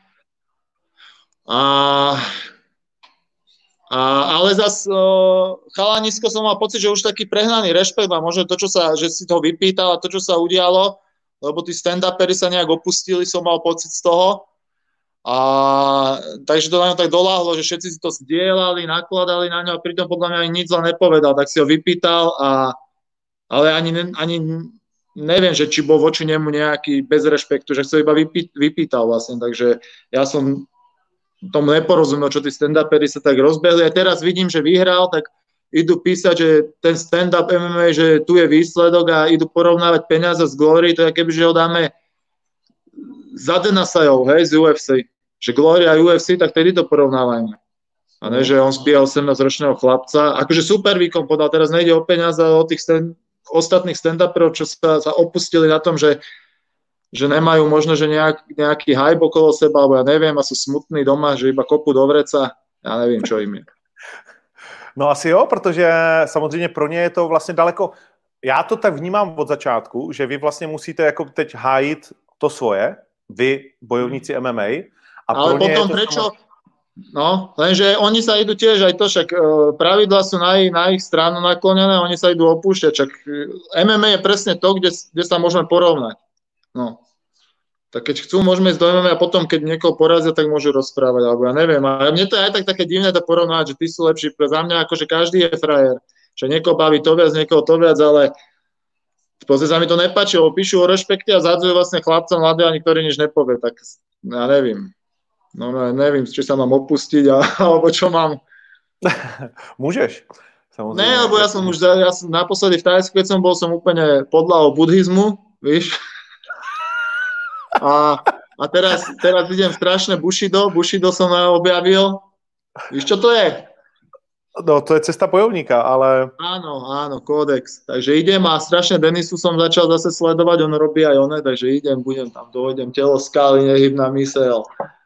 Ale zas chalanisko som mal pocit, že už taký prehnaný rešpekt a možno to, že si to vypýtal a to, čo sa udialo, lebo tí stand-upery sa nejak opustili, som mal pocit z toho. Takže to na ňo tak doláhlo, že všetci si to zdieľali, nakladali na ňo a pritom podľa mňa ani nič zle nepovedal, tak si ho vypýtal, ale ani neviem, že či bol voči nemu nejaký bez rešpektu, že sa iba vypýtal vlastne, takže ja som tomu neporozumel, čo tí stand-upery sa tak rozbehli. A teraz vidím, že vyhral, tak idú písať, že ten stand-up MMA, že tu je výsledok a idú porovnávať peniaze z Glory, to je keby, že ho dáme za Denasajov, hej, z UFC. Že Glory a UFC, tak tedy to porovnávajme. A ne, že on spíja 18-ročného chlapca. Akože super výkon podal, teraz nejde o peniaze, ale o tých ostatných stand-uperov, čo sa opustili na tom, že nemajú možno, že nejaký hype okolo seba, alebo ja neviem, a sú smutní doma, že iba kopu do vreca, já nevím, čo jim je. No asi jo, protože samozřejmě pro ně je to vlastně daleko, já to tak vnímám od začátku, že vy vlastně musíte jako teď hájit to svoje, vy bojovníci MMA. Ale potom prečo? No, lenže oni sa idú tiež aj to, však pravidlá sú na ich stranu naklonené, oni sa idú opúšťať, však MMA je presne to, kde sa môžeme porovnať. No, tak keď chcú, môžeme ísť do MMA a potom, keď niekoho porazia, tak môžu rozprávať, alebo ja neviem. A mne to je aj tak také divné to porovnať, že ty sú lepší. Za mňa akože každý je frajer, že niekoho baví to viac, niekoho to viac, ale proste sa mi to nepáči, lebo píšu o rešpekte a zadzujú vlastne chlapca mladé a nikto nič nepovie, tak ja nevím. No nevím, či sa mám opustiť, alebo čo mám. Môžeš. Samozrejme. Ne, lebo ja som naposledy v Thajsku, keď som bol, som úplne podľahol buddhizmu, víš. A teraz idem strašné Bushido som objavil. Víš, čo to je? No, to je cesta bojovníka, ale... Áno, kódex. Takže idem a strašne Denisu som začal zase sledovať, on robí aj one, takže budem tam, dojdem, telo skály, nehybná myseľ.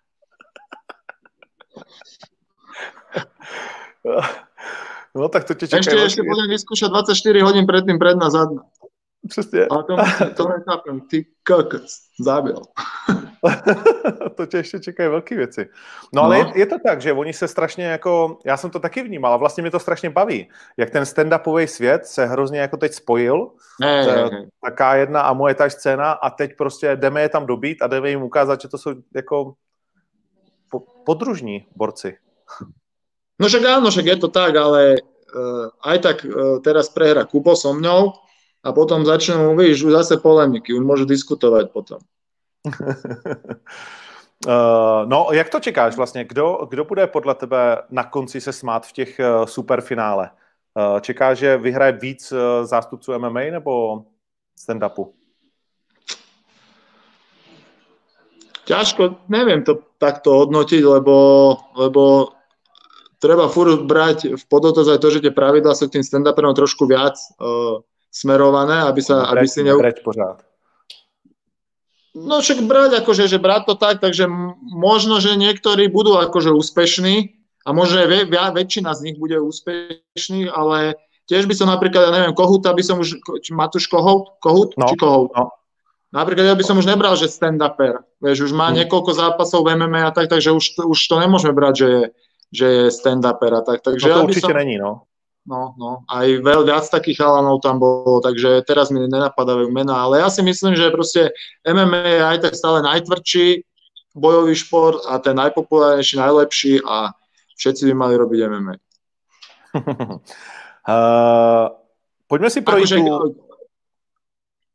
No tak to ti čaká. Ešte budem vyskúšať 24 hodín predtým predná zadná. Přesně. Ale to nechápem, ty kokos, zabil. To tě ještě čekají velké věci. No ale je to tak, že oni se strašně jako, já jsem to taky vnímal a vlastně mě to strašně baví, jak ten stand-upový svět se hrozně jako teď spojil, ta K1 a Muay Thai scéna a teď prostě jdeme je tam dobít a jdeme jim ukázat, že to jsou jako podružní borci. No však áno, však je to tak, ale aj tak teraz prehra Kubo so mňou a potom začnú, víš, už zase polemiky, už môžu diskutovať potom. No, jak to čekáš vlastně? Kdo bude podle tebe na konci se smát v těch superfinále? Čekáš, že vyhraje víc zástupců MMA nebo stand-upu? Ťažko, neviem to takto hodnotiť, lebo treba furt brať v podotaz aj to, že tie pravidlá sú k tým stand-uperom trošku viac smerované, aby si pořád. No však brať akože, že brať to tak, takže možno, že niektorí budú akože úspešní a možno aj väčšina z nich bude úspešný, ale tiež by som napríklad, ja neviem, Kohúta by som už, Matúš Kohút? No, či Kohút? No. Napríklad ja by som už nebral, že stand-uper, vieš, už má niekoľko zápasov v MMA a tak, takže už to nemôžeme brať, že je stand-uper a tak. Takže no to určite není, no. No, aj viac takých chalanov tam bolo, takže teraz mi nenapadajú mená, ale ja si myslím, že proste MMA je aj tak stále najtvrdší bojový šport a ten najpopulárnejší, najlepší a všetci by mali robiť MMA. Poďme si projít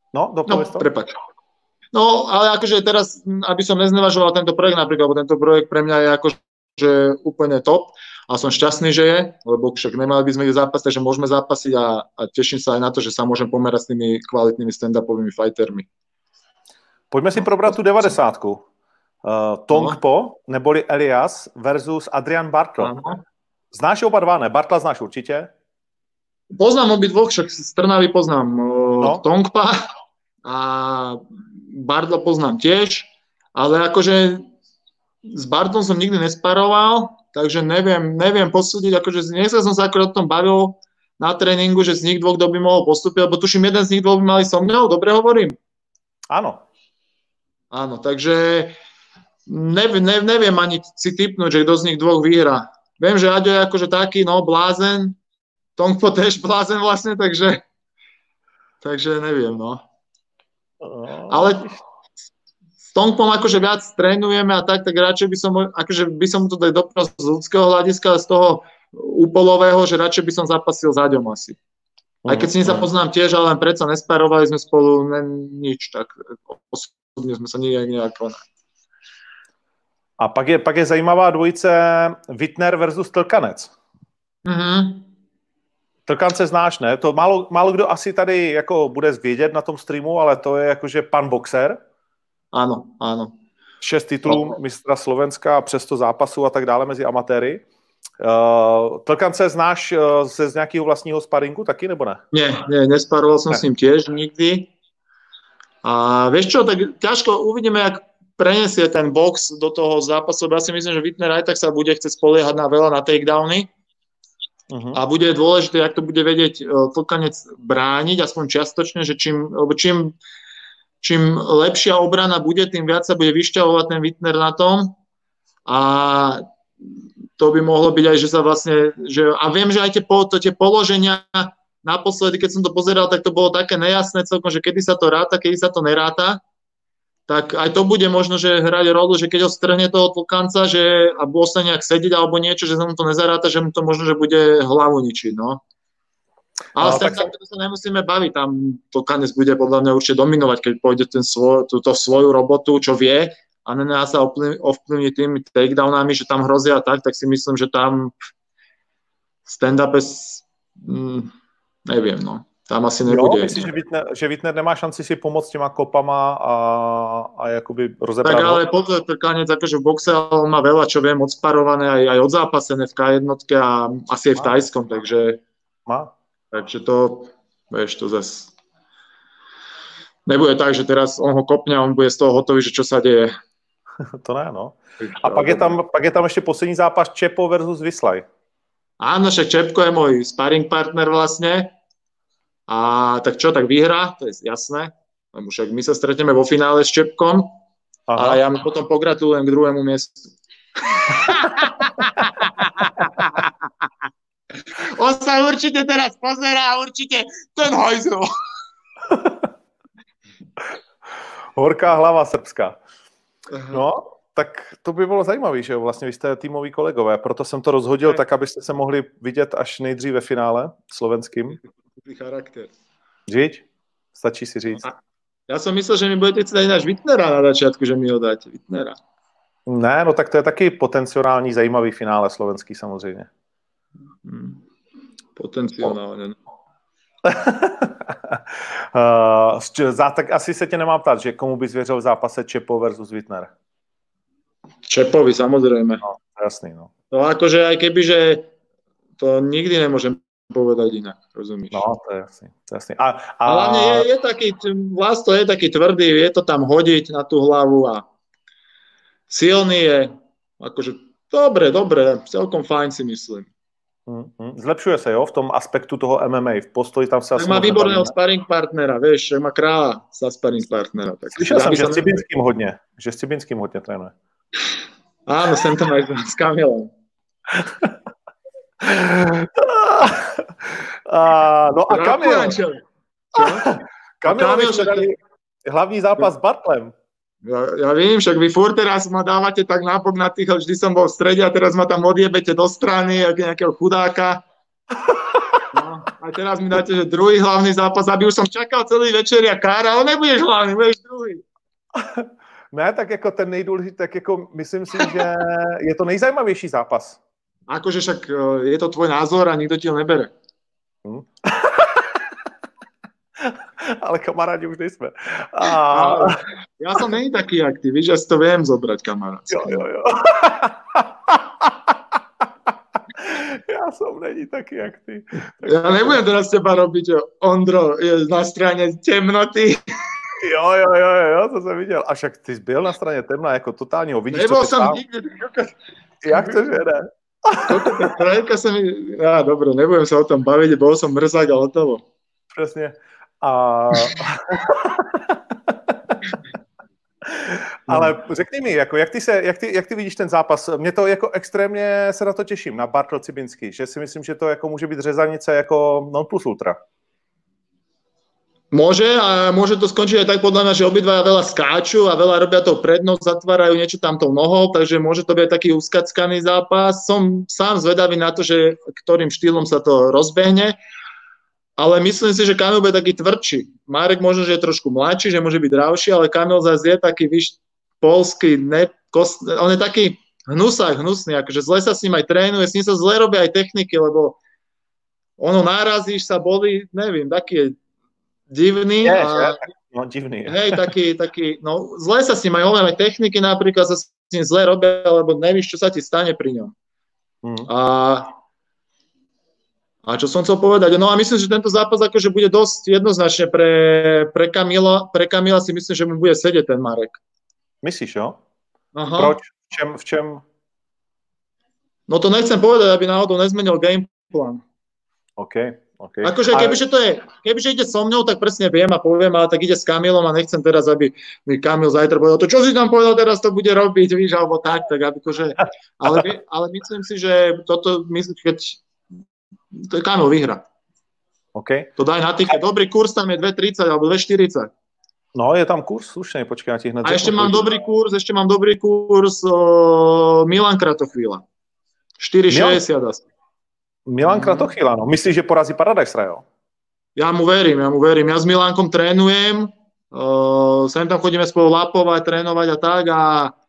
No, dopovedz to. Prepáč. No, ale akože teraz, aby som neznevažoval tento projekt napríklad, lebo tento projekt pre mňa je akože úplne top a som šťastný, že je, lebo však nemali by sme ísť zápas, takže môžeme zápasiť a teším sa aj na to, že sa môžem pomerať s tými kvalitnými stand-upovými fightermi. Pojďme si probrat tu 90. Tong Po, neboli Elias versus Adrian Bartl. Znáš oba dva, ne? Bartla znáš určitě? Poznám obidvoch, však z Trnavy poznám Tongpa a Bartla poznám tiež, ale akože s Bartlom som nikdy nesparoval, takže neviem posúdiť, akože dneska som sa akorát o tom bavil na tréningu, že z nich dvoch kto by mohol postúpiť, lebo tuším, jeden z nich dvoch by mali so mnou, dobre hovorím? Áno. Áno, takže neviem ani si tipnúť, že kto z nich dvoch vyhrá. Viem, že Aďo je akože taký, blázen, Tongpo tiež blázen vlastne, takže neviem, no. Ale s Tongpom akože viac trénujeme a tak radšej by som to dal doprosť z ľudského hľadiska, z toho úpolového, že radšej by som zapasil s Aďom asi. Aj keď s ním sa poznám tiež, ale len predsa nesparovali sme spolu nič, tak osobne sme sa nejak A pak je zajímavá dvojice Wittner versus Tlkanec. Tlkance znáš, ne? To málo kdo asi tady jako bude vědět na tom streamu, ale to je jakože pan boxer. Áno. 6 titulů mistra Slovenska a přes 100 zápasů a tak dále mezi amatéry. Tlkance znáš z nějakého vlastního sparingu taky, nebo ne? Nie, nesparoval som s ním tiež nikdy. A vieš čo, tak ťažko uvidíme, jak prenesie ten box do toho zápasu. Ja si myslím, že Wittner aj tak sa bude chcieť spoliehať na veľa na takedowny. A bude dôležité, jak to bude vedieť Tlkanec brániť, aspoň čiastočne, že čím lepšia obrana bude, tým viac sa bude vyšťahovať ten Wittner na tom. A to by mohlo byť aj, že sa vlastne... a viem, že aj tie položenia naposledy, keď som to pozeral, tak to bolo také nejasné celkom, že kedy sa to ráta, kedy sa to neráta. Tak aj to bude možno, že hrať rolu, že keď ho strhne toho Tlkanca, že a bude sa nejak sedieť alebo niečo, že sa mu to nezaráta, že mu to možno, že bude hlavu ničiť, no. Ale to sa nemusíme baviť, tam Tlkanec bude podľa mňa určite dominovať, keď pôjde túto svoju robotu, čo vie a nenechá sa ovplyvniť tými takedownami, že tam hrozia tak si myslím, že tam stand-up neviem, no. Tam asi nebude. Myslíš, že Wittner nemá šanci si pomoct těma kopama a jakoby rozebrat? Tak ale pozor, Tlkanec akože v boxe on má veľa, čo viem, odsparované, aj odzápasené v K1 a asi aj v tajskom, takže... Takže to, vieš, to zase... Nebude tak, že teraz on ho kopne a on bude z toho hotový, že čo sa deje. To ne, no. A pak je tam ještě poslední zápas Čepo versus Vyslaj. Áno, však Čepko je môj sparring partner vlastne. A tak čo, tak vyhrá, to je jasné. Však my sa stretneme vo finále s Čepkom. A ja mu potom pogratulujem k druhému miestu. On sa určite teraz pozerá, určite ten hajzel. Horká hlava srbská. No, tak to by bylo zajímavé, že jo? Vlastně vy jste týmoví kolegové, proto jsem to rozhodil tak, abyste se mohli vidět až nejdřív ve finále slovenským. Charakter. Žiť? Stačí si říct. Ja som myslel, že mi budete chcieť aj náš Wittnera na začiatku, že mi ho dáte. Wittnera. Ne, no tak to je taky potenciální zajímavý finále slovenský samozřejmě. Potenciálne. Tak asi se tě nemám ptát, že komu bys věřil v zápase Čepo versus Wittner? Čepovi, samozrejme. No, jasný, no. No akože aj keby, že to nikdy nemôžem povedať inak, rozumíš? No, to je jasný. A hlavne je taký, Vlasto je taký tvrdý, vie to tam hodiť na tú hlavu a silný je, akože dobre, celkom fajn si myslím. Zlepšuje se, jo, v tom aspektu toho MMA, v postoji tam se... Tak má výborného sparring partnera, vieš, má kráľa za sparring partnera. Tak slyšel jsem, že s Cibinským hodně trénuje. Áno, sem tam aj s Kamilom. No a Kamil hlavní zápas s Bartlem. Ja vím, však vy furt teraz ma dávate tak nápok na tých, vždy som bol v strede a teraz ma tam odjebete do strany, ako nejakého chudáka. No, a A teraz mi dáte, že druhý hlavný zápas, aby už som čakal celý večer jak Kára, ale nebudeš hlavný, budeš druhý. Ne, tak jako ten nejdůležitější, tak jako myslím si, že je to nejzajímavější zápas. Akože však je to tvoj názor a nikto ti ho nebere. Ale kamarádi už nejsme. Ja som není taký jak ty, víš, ja si to viem zobrať, kamarát. Jo. Já jsem není taky jak ty. Tak... Ja nebudem teraz teba robiť, že Ondro je na strane temnoty. Jo, to jsem viděl. A však ty byl na straně temna, jako totálního. Vidíš, Nebol co ty som sám? nikdy. Jak to, že ne? Trojka sa mi... Dobre, nebudem sa o tom baviť, bol som mrzák a hotovo. Přesně. Ale řekni mi, jako, jak ty vidíš ten zápas? Mě to jako extrémně se na to těším, na Bartel Cibinsky, že si myslím, že to jako může být řezanice jako non plus ultra. Môže a môže to skončiť aj tak podľa mňa, že obidvaja veľa skáču a veľa robia tou prednosť, zatvárajú niečo tam tou nohou, takže môže to byť taký uskackaný zápas. Som sám zvedavý na to, že ktorým štýlom sa to rozbehne, ale myslím si, že Kamil bude taký tvrdší. Marek možno, že je trošku mladší, že môže byť dravší, ale Kamil zase je taký, víš, polský, on je taký hnusný, akože zle sa s ním aj trénuje, s ním sa zle robia aj techniky, lebo ono nárazíš sa, bolí, neviem, taký je divný. Divný. Hej, taký, no zle sa s ním aj hovoríme, techniky napríklad sa s ním zle robia, lebo nevíš, čo sa ti stane pri ňom. A čo som chcel povedať? No a myslím, že tento zápas akože bude dosť jednoznačne pre Kamila si myslím, že mu bude sedieť ten Marek. Myslíš, jo? Aha. Proč? V čem? No to nechcem povedať, aby náhodou nezmenil gameplan. OK. Akože kebyže ide so mňou, tak presne viem a poviem, ale tak ide s Kamilom a nechcem teraz, aby mi Kamil zajtra povedal, to čo si tam povedal, teraz to bude robiť, víš, alebo tak akože, ale myslím si, že toto, keď to Kamil vyhra. OK. To daj na tých, dobrý kurz tam je 2,30 alebo 2,40. No, je tam kurz slušný, počkej, na ti hned. A ešte mám dobrý kurz Milan Kratochvíľa. 4,60 asi. Milan Kratochvíľa, no. Myslíš, že porazí Paradexra, jo? Ja mu verím. Ja s Milánkom trénujem, sem tam chodíme spolu lapovať, trénovať a tak a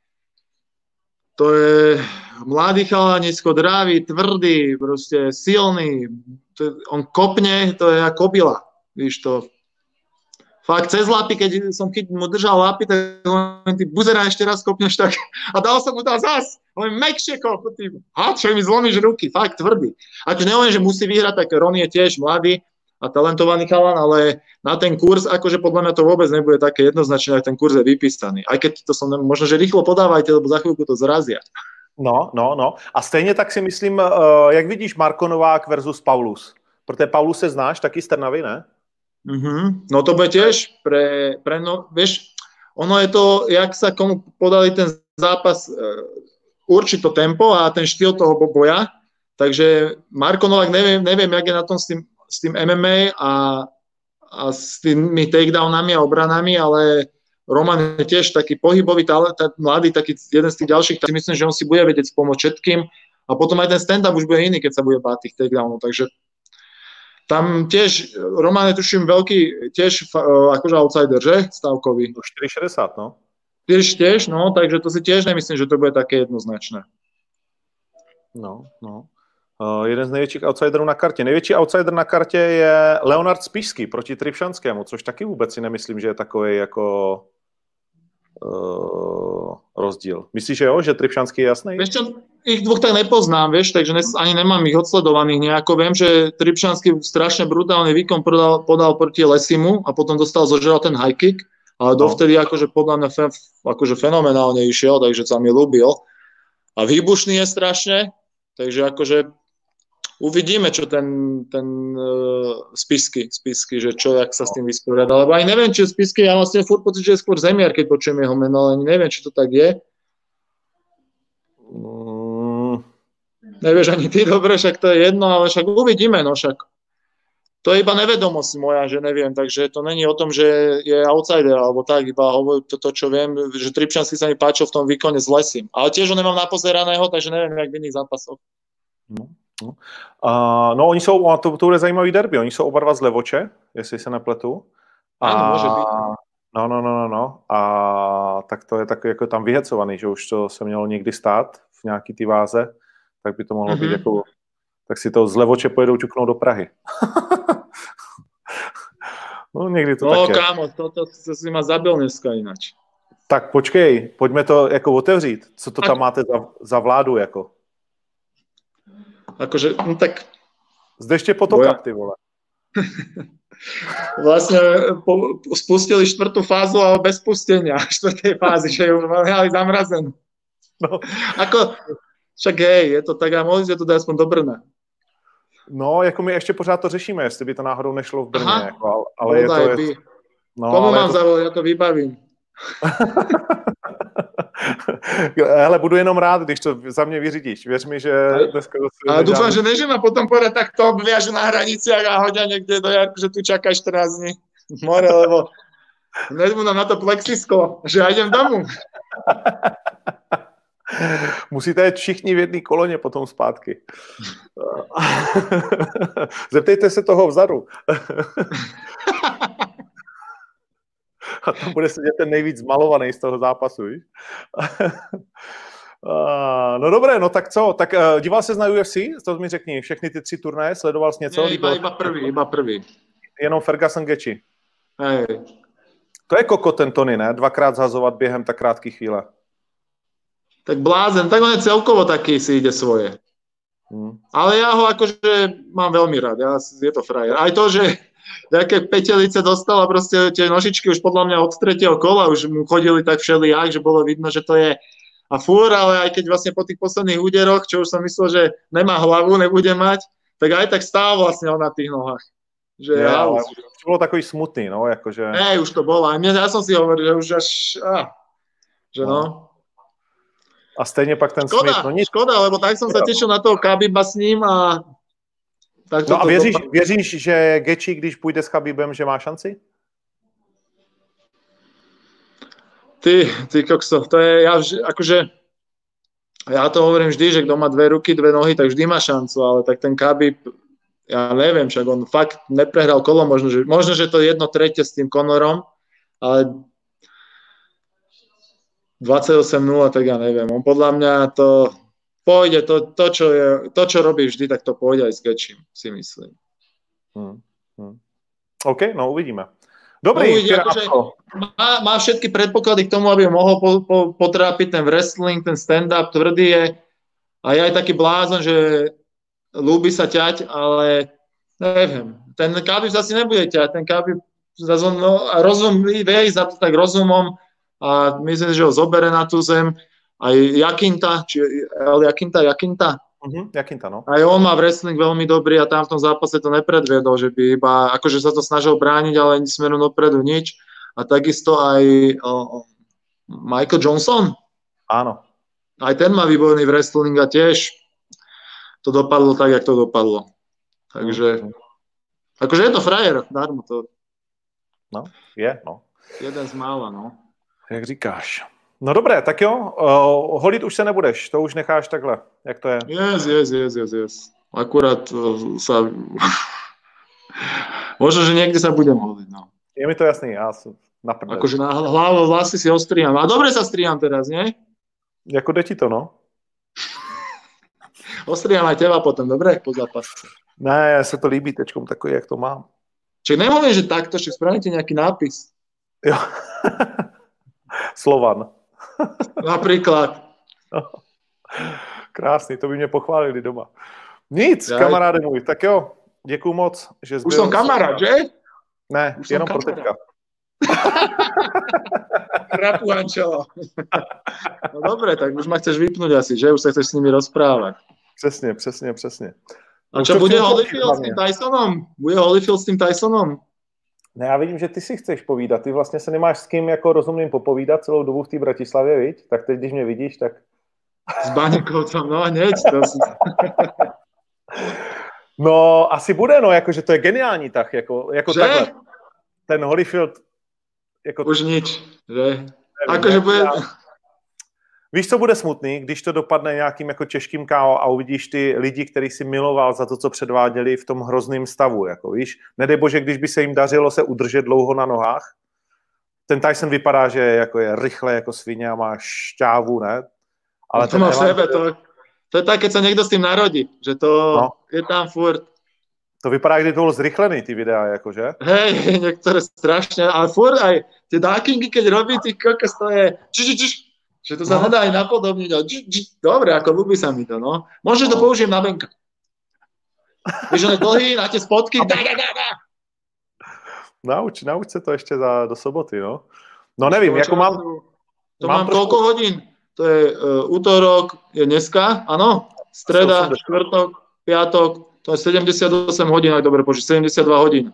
to je mladý chalanisko, dravý, tvrdý, proste silný. On kopne, to je ako kobila. Víš to. Fakt cez lapy, keď mu držal lapy, tak ty buzera ešte raz kopneš tak. A dal som mu tam zas. On mekšie kop. Čo mi zlomíš ruky. Fakt tvrdý. Akože nehovorím, že musí vyhrať, tak Ron je tiež mladý a talentovaný chalan, ale na ten kurz, akože podľa mňa to vôbec nebude také jednoznačné, ak ten kurz je vypísaný. Aj keď to som, možno, že rýchlo podávajte, lebo za chvíľku to zrazia. No. A stejně tak si myslím, jak vidíš Marko Novák versus Paulus. Protože Paulus se znáš, taky z Trnavy, ne? No to bude tiež vieš, ono je to, jak sa komu podali ten zápas, určí to tempo a ten štýl toho boja, takže Marko Novák neviem, jak je na tom s tým MMA a s tými takedownami a obranami, ale Roman je tiež taký pohybový, mladý, taký jeden z tých ďalších, tak si myslím, že on si bude vedieť pomôcť všetkým a potom aj ten stand-up už bude iný, keď sa bude báť tých takedownov, takže tam tiež, Roman je tuším veľký, tiež akože outsider, že? Stavkový. 4,60, no. Tiež, no, takže to si tiež nemyslím, že to bude také jednoznačné. No. Jeden z největších outsiderů na kartě. Největší outsider na kartě je Leonard Spišský proti Tripšanskému, což taky vůbec si nemyslím, že je takový jako rozdíl. Myslíš, že jo? Že Tripšanský je jasný? Vieš čo, ich dvoch tak nepoznám, vieš, takže ani nemám ich odsledovaných nejako. Viem, že Tripšanský strašne brutálny výkon podal proti Lesimu a potom dostal zožral ten high kick, ale dovtedy akože podľa mňa akože fenomenálne išiel, takže sa mi ľúbil. A výbušný je strašne, takže akože uvidíme, čo ten Spišský, že čo, jak sa s tým vysporiada. Lebo aj neviem, či je Spišský, ja vlastne furt pocit, že je skôr zemiar, keď počujem jeho meno, ale neviem, či to tak je. Nevieš ani ty, dobre, však to je jedno, ale však uvidíme, no však. To je iba nevedomosť moja, že neviem, takže to není o tom, že je outsider, alebo tak, iba hovorím to, čo viem, že Tripšanský sa mi páčil v tom výkone s Lesim. Ale tiež ho nemám napozeraného, takže neviem, jak v iných zápasoch. No. No, oni jsou, to bude zajímavý derby, oni jsou oba dva z Levoče, jestli se nepletu. Ano, může být. No. A tak to je takový jako tam vyhecovaný, že už to se mělo někdy stát v nějaký té váze, tak by to mohlo být jako, tak si to z Levoče pojedou ťuknout do Prahy. No, někdy to tak je. No, kámo, to si ma zabil dneska inač. Tak počkej, pojďme to jako otevřít. Co to tam máte za vládu, jako? Akože, no tak... Zde potoka, ty vole. Vlastne spustili 4. fázu, ale bez pustenia 4. fázy, že ju mali zamrazenú. No. Ako, však hej, je to tak a mohli ste to dať aspoň do Brna. No, jako my ještě pořád to řešíme, jestli by to náhodou nešlo v Brně. Jako, ale no, je to... No, komu mám zavolať, ja to vybavím. Hele, budu jenom rád, když to za mě vyřídíš. Věř mi, že dneska... Ale dúfam, že nežím a potom povedať, tak to obviažu na hraniciach a hodia niekde do Jarku, že tu čakáš 14 dní v more, lebo nezmu nám na to plexisklo, že ja idem domů. Musíte jít všichni v jedné koloně potom zpátky. Zeptejte se toho vzadu. A tam bude sedět ten nejvíc zmalovaný z toho zápasu, víš? No dobré, no tak co? Tak díval ses na UFC? To mi řekni, všechny ty 3 turnaje, sledoval jsi něco? Nie, iba prvý. Jenom Ferguson Gaethje. Hej. To je koko ten Tony, ne? 2krát zhazovat během tak krátké chvíle. Tak blázen, tak on je celkovo taký, si ide svoje. Ale ja ho akože mám veľmi rád, je to frajer. Aj to, že nejaké petelice dostal a proste tie nožičky už podľa mňa od 3. kola už mu chodili tak všelijak, že bolo vidno, že to je a fúr, ale aj keď vlastne po tých posledných úderoch, čo už som myslel, že nemá hlavu, nebude mať, tak aj tak stál vlastne on na tých nohách. Že to bolo takový smutný, no, akože... Už to bolo. Ja som si hovoril, že už až... že no. A stejně pak ten Smith. Škoda, lebo tak som sa tešil na toho Khabiba s ním a... Tak no a věříš, že Gaethje, když půjde s Khabibem, že má šanci? Ty kokso, to je, ja to hovorím vždy, že kto má 2 ruky, 2 nohy, tak vždy má šancu, ale tak ten Khabib, ja neviem, však on fakt neprehral kolo, možno, že to 1/3 s tým Conorom, ale 28-0, tak ja neviem. On podľa mňa to pôjde, to, čo robí vždy, tak to pôjde aj s Gaethjem, si myslím. OK, no uvidíme. Dobrý, akože má všetky predpoklady k tomu, aby mohol potrápiť ten wrestling, ten stand-up, tvrdý je a je aj taký blázon, že ľúbi sa ťať, ale neviem. Ten Khabib zase nebude ťať, ten Khabib vie ísť za to tak rozumom a myslím, že ho zobere na tú zem. Aj Jakinta, Jakinta, no. Aj on má wrestling veľmi dobrý a tam v tom zápase to nepredviedol, že by iba, akože sa to snažil brániť, ale smerom dopredu nič. A takisto aj Michael Johnson. Áno. Aj ten má výborný wrestling a tiež to dopadlo tak, jak to dopadlo. Takže, akože je to frajer, darmo to. No, je, no. Jeden z mála, no. Jak říkáš. No dobré, tak jo, holit už se nebudeš, to už necháš takhle, jak to je? Yes. Akurát sa... Možno, že niekde sa budem holiť, no. Je mi to jasný, ja som na prdel. Akože na hlavu vlasy si ostriam. A dobre sa striam teraz, nie? Jako jde ti to, no. Ostriam aj teba potom, dobre? Po zápase. Ne, se to líbí tečkom takový, jak to mám. Čiže nemôžem, že takto, že spravíte nejaký nápis. Jo. Slovan. Napríklad. No. Krásný, to by mě pochválili doma. Nic, kamaráde můj, tak jo, děkuju moc, že Už som kamarát, že? Ne, už jenom pro teďka. Rapu Ančelo. No dobre, tak už ma chceš vypnúť asi, že? Už sa chceš s nimi rozprávať. Přesně. A čo, bude Holyfield s tým Tysonom? Bude Holyfield s tým Tysonom? Ne, já vidím, že ty si chceš povídat. Ty vlastně se nemáš s kým jako rozumným popovídat celou dobu v té Bratislavě, viď? Tak teď, když mě vidíš, tak... S Baníkovcom, no hneď. No, asi bude, no, jakože to je geniální tah, jako takhle. Ten Holyfield... Jako... Už nič, že? Akože bude... Víš, co bude smutný, když to dopadne nějakým jako těžkým KO a uvidíš ty lidi, který si miloval za to, co předváděli v tom hrozném stavu, jako víš. Nedej bože, když by se jim dařilo se udržet dlouho na nohách. Ten Tyson vypadá, že jako je rychle jako svině a má šťávu, ne? Ale to má v sebe, to je tak, keď sa niekto s tým narodí, že to je tam furt. To vypadá, kdy to bol zrychlený, ty videá, jakože? Hej, niektoré strašne, ale furt aj tie duckingy, keď robí, ty kokos, to je že to sa nedá aj napodobniť. Dobre, ako ľúbi sa mi to, no. Možno to použijem na benka. Víš, on je dlhý, na tie spotky. Nauč se to ještě do soboty, no. No nevím, jako mám... To mám koľko hodín? To je útorok, je dneska, áno? Streda, štvrtok, piatok, to je 78 hodín, ak dobre počuť, 72 hodín.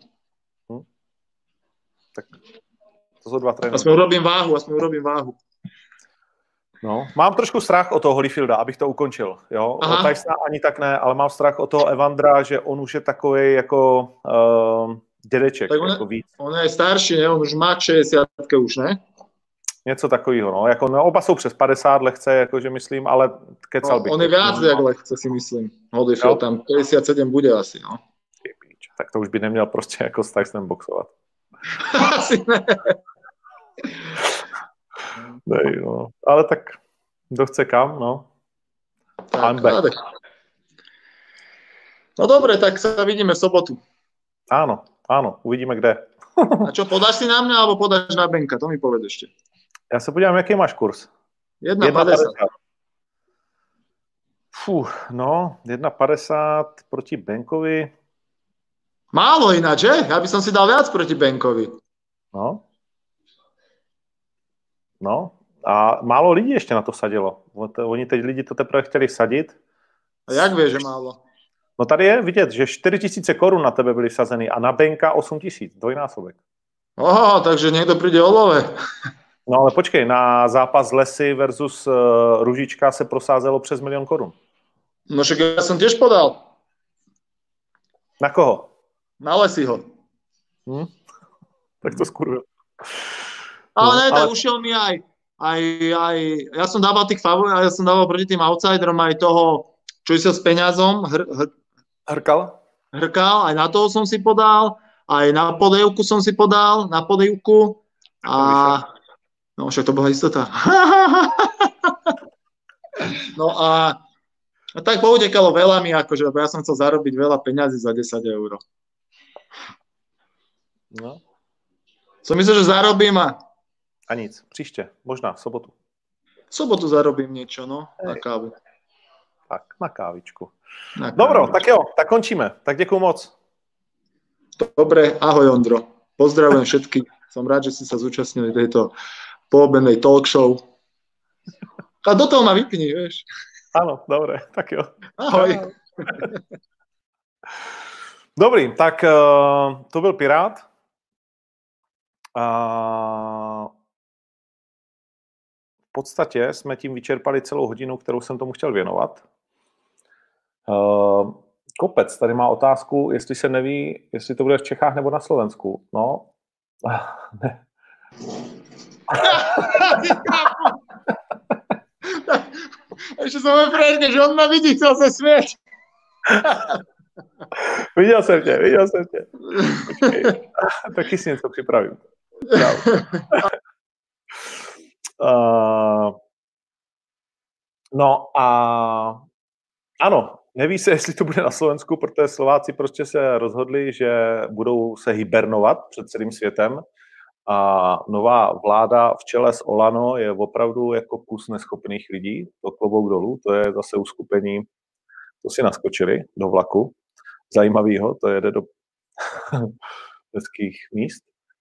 Tak to sú 2 tréninky. Aspoň urobím váhu. No, mám trošku strach o toho Holyfielda, abych to ukončil, jo. O Tysona ani tak ne, ale mám strach o toho Evandra, že on už je takovej jako dědeček, tak jako víc. On je starší, ne? On už má 60 už, ne? Něco takového, no. Jako, no, oba jsou přes 50 lehce, jakože myslím, ale kecal bych. On je viac jak lehce, si myslím. Holyfield tam 57 bude asi, no. Tak to už by neměl prostě jako s Tysonem boxovat. Asi ne. Nej, no. Ale tak kdo chce kam, no. Tak. No dobre, tak sa vidíme v sobotu. Áno, uvidíme kde. A čo, podáš si na mňa, alebo podáš na Benka? To mi povedz ešte. Já se podívám, jaký máš kurz. 1,50. No, 1,50 proti Benkovi. Málo ináč, že? Ja by som si dal viac proti Benkovi. No, a málo lidí ještě na to vsadilo. Oni teď lidi to teprve chtěli vsadit. A jak vieš, že málo? No tady je vidět, že 4 000 korun na tebe byly vsazeny a na Benka 8 000, dvojnásobek. Oho, takže niekto príde o love. No ale počkej, na zápas Lesy versus Ružička se prosázelo přes 1 000 000 korun. No však ja som tiež podal. Na koho? Na Lesyho. Tak to skurvil. Ale ne, tak ušiel mi aj ja som dával tých favoritov, ja som dával proti tým outsiderom aj toho, čo išiel s peňazom, Hrkal, aj na toho som si podal, aj na podejúku som si podal, a no však to bola istota. No a tak poutekalo veľa mi, akože, lebo ja som chcel zarobiť veľa peňazí za 10 eur. No. Som myslel, že zarobím a nic, příště, možná v sobotu. V sobotu zarobím niečo, no, na kávu. Tak, na kávičku. Dobro, tak jo, tak končíme. Tak děkuju moc. Dobre, ahoj Ondro. Pozdravujem všetkých. Som rád, že ste sa zúčastnili tejto poobednej talk show. A do toho ma vypni, vieš. Áno, dobre, tak jo. Ahoj. Dobrý, tak to byl Pirát. V podstatě jsme tím vyčerpali celou hodinu, kterou jsem tomu chtěl věnovat. Kopec tady má otázku, jestli se neví, jestli to bude v Čechách nebo na Slovensku. No, ne. Ešte som môj frajerke, že on ma vidí, chcel sa smieť. Viděl jsem tě. Taky si něco připravím. No a ano, neví se, jestli to bude na Slovensku, protože Slováci prostě se rozhodli, že budou se hibernovat před celým světem a nová vláda v čele s Olano je opravdu jako kus neschopných lidí, to klobouk dolů, to je zase uskupení, to si naskočili do vlaku, zajímavýho, to jede do hezkých míst.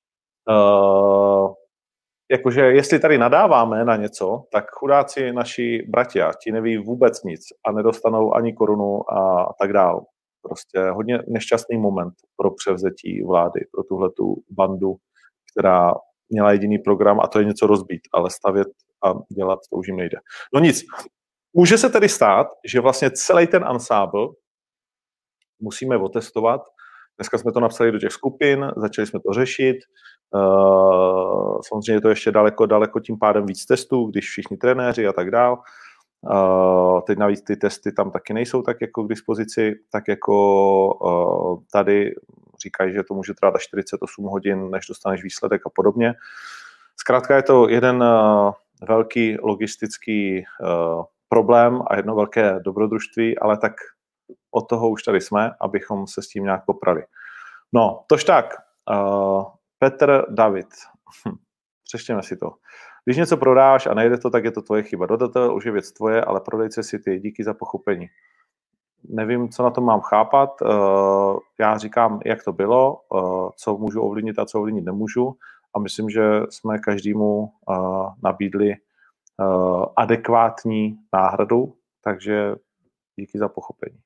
Jakože jestli tady nadáváme na něco, tak chudáci naši bratia, ti neví vůbec nic a nedostanou ani korunu a tak dál. Prostě hodně nešťastný moment pro převzetí vlády, pro tuhletu bandu, která měla jediný program a to je něco rozbít, ale stavět a dělat to už jim nejde. No nic, může se tedy stát, že vlastně celý ten ansábl musíme otestovat. Dneska jsme to napsali do těch skupin, začali jsme to řešit. Samozřejmě je to ještě daleko tím pádem víc testů, když všichni trenéři a tak dál. Teď navíc ty testy tam taky nejsou tak jako k dispozici, tak jako tady říkají, že to může trvat až 48 hodin, než dostaneš výsledek a podobně. Zkrátka je to jeden velký logistický problém a jedno velké dobrodružství, ale tak od toho už tady jsme, abychom se s tím nějak poprali. No, tož tak. Petr David. Přečtěme si to. Když něco prodáš a nejde to, tak je to tvoje chyba. Dodavatel už je věc tvoje, ale prodejce si ty. Díky za pochopení. Nevím, co na tom mám chápat. Já říkám, jak to bylo, co můžu ovlivnit a co ovlivnit nemůžu. A myslím, že jsme každému nabídli adekvátní náhradu, takže díky za pochopení.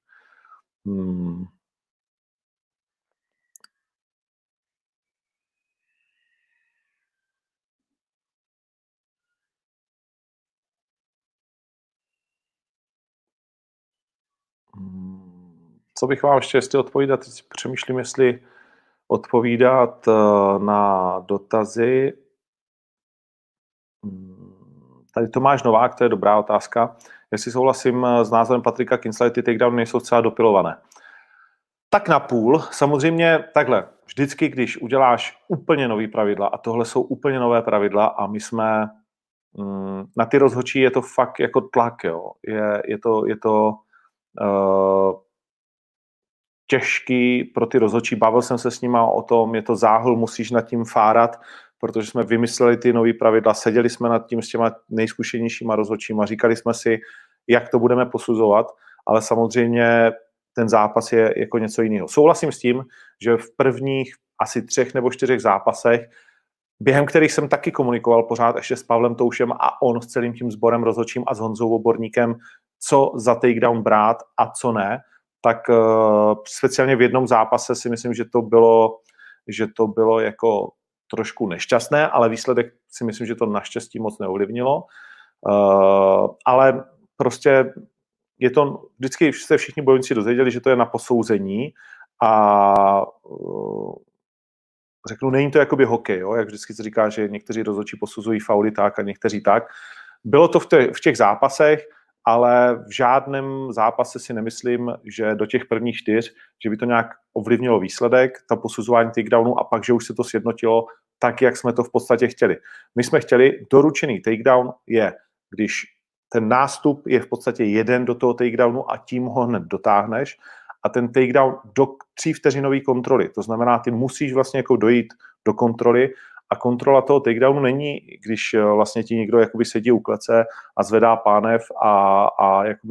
Co bych vám ještě odpovídat? Teď přemýšlím, jestli odpovídat na dotazy. Tady Tomáš Novák, to je dobrá otázka. Jestli souhlasím s názorem Patrika Kinsleye, ty takedowny nejsou celá dopilované. Tak na půl. Samozřejmě takhle. Vždycky, když uděláš úplně nový pravidla, a tohle jsou úplně nové pravidla a my jsme na ty rozhodčí je to fakt jako tlak. Jo. Je to těžký pro ty rozhodčí. Bavil jsem se s nima o tom, je to záhul, musíš nad tím fárat, protože jsme vymysleli ty nový pravidla, seděli jsme nad tím s těma nejzkušenějšíma rozhodčíma, říkali jsme si, jak to budeme posuzovat, ale samozřejmě ten zápas je jako něco jiného. Souhlasím s tím, že v prvních asi 3 nebo 4 zápasech, během kterých jsem taky komunikoval pořád ještě s Pavlem Toušem a on s celým tím sborem rozhodčím a s Honzou Oborníkem, co za takedown brát a co ne, tak speciálně v jednom zápase si myslím, že to bylo jako trošku nešťastné, ale výsledek si myslím, že to naštěstí moc neovlivnilo. Ale prostě je to, vždycky se všichni bojovníci dozvěděli, že to je na posouzení a řeknu, není to jakoby hokej, jo? Jak vždycky se říká, že někteří rozhodčí posuzují fauly tak a někteří tak. Bylo to v těch zápasech, ale v žádném zápase si nemyslím, že do těch prvních 4, že by to nějak ovlivnilo výsledek, ta posuzování takedownu a pak, že už se to sjednotilo tak, jak jsme to v podstatě chtěli. My jsme chtěli, doručený takedown je, když ten nástup je v podstatě jeden do toho takedownu a tím ho hned dotáhneš a ten takedown do 3 vteřinové kontroly. To znamená, ty musíš vlastně jako dojít do kontroly a kontrola toho takedownu není, když vlastně ti někdo jakoby sedí u klece a zvedá pánev a jakoby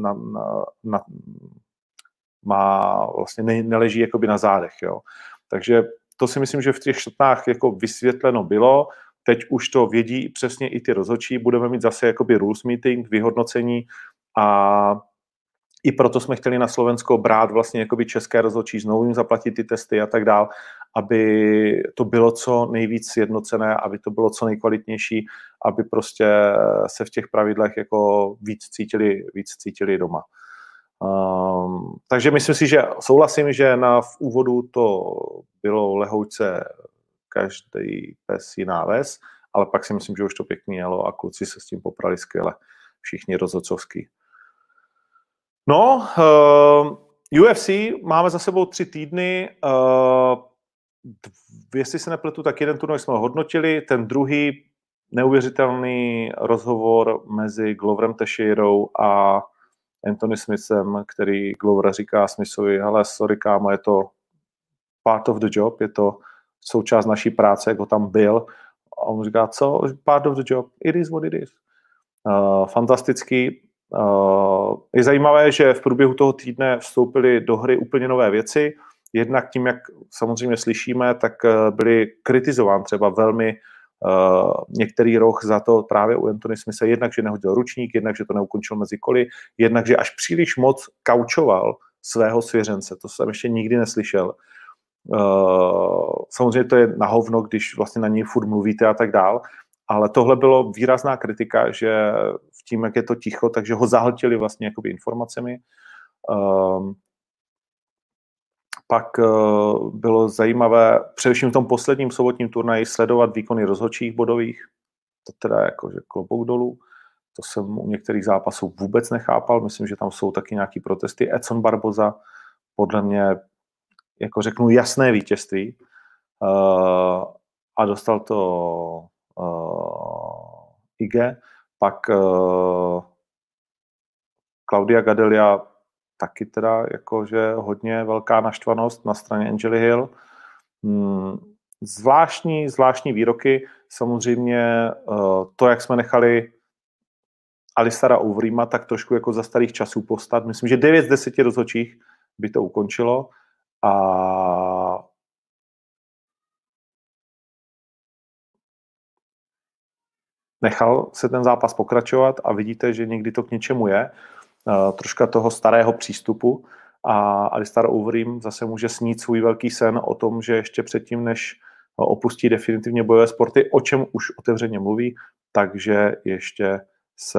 má vlastně neleží jakoby na zádech. Jo. Takže to si myslím, že v těch šatnách jako vysvětleno bylo. Teď už to vědí přesně i ty rozhodčí. Budeme mít zase jakoby rules meeting, vyhodnocení a i proto jsme chtěli na Slovensko brát vlastně jakoby české rozhodčí, znovu jim zaplatit ty testy a tak dál, aby to bylo co nejvíc sjednocené, aby to bylo co nejkvalitnější, aby prostě se v těch pravidlech jako víc cítili doma. Takže myslím si, že souhlasím, že v úvodu to bylo lehoučce každý pes jiná ves, ale pak si myslím, že už to pěkně jelo a kluci se s tím poprali skvěle, všichni rozhodcovský. No, UFC máme za sebou 3 týdny, jestli se nepletu, tak jeden turnaj jsme ho hodnotili, ten druhý neuvěřitelný rozhovor mezi Gloverem Teixeirou a Anthony Smithem, který Glover říká Smithovi, hele, sorry kámo, je to part of the job, je to součást naší práce, jak ho tam byl. A on říká, co? Part of the job, it is what it is. Fantastický. Je zajímavé, že v průběhu toho týdne vstoupily do hry úplně nové věci. Jednak tím, jak samozřejmě slyšíme, tak byly kritizován třeba velmi některý roh za to právě u Anthony Smitha, jednak, že nehodil ručník, jednak, že to neukončil mezi koly, jednak, že až příliš moc kaučoval svého svěřence. To jsem ještě nikdy neslyšel. Samozřejmě to je na hovno, když vlastně na něj furt mluvíte a tak dál, ale tohle bylo výrazná kritika, že v tím, jak je to ticho, takže ho zahltili vlastně jakoby informacemi. Pak bylo zajímavé, především v tom posledním sobotním turnaji, sledovat výkony rozhodčích bodových. To teda jakože klobouk dolů. To jsem u některých zápasů vůbec nechápal. Myslím, že tam jsou taky nějaký protesty. Edson Barboza, podle mě, jako řeknu, jasné vítězství. A dostal to Ige. Pak Claudia Gadelia taky teda jakože hodně velká naštvanost na straně Angely Hill. Zvláštní výroky. Samozřejmě to, jak jsme nechali Alistara Overeema, tak trošku jako za starých časů postat. Myslím, že 9 z 10 rozhodčích by to ukončilo. A nechal se ten zápas pokračovat a vidíte, že někdy to k něčemu je. Troška toho starého přístupu a Alistar Overeem zase může snít svůj velký sen o tom, že ještě předtím, než opustí definitivně bojové sporty, o čem už otevřeně mluví, takže ještě se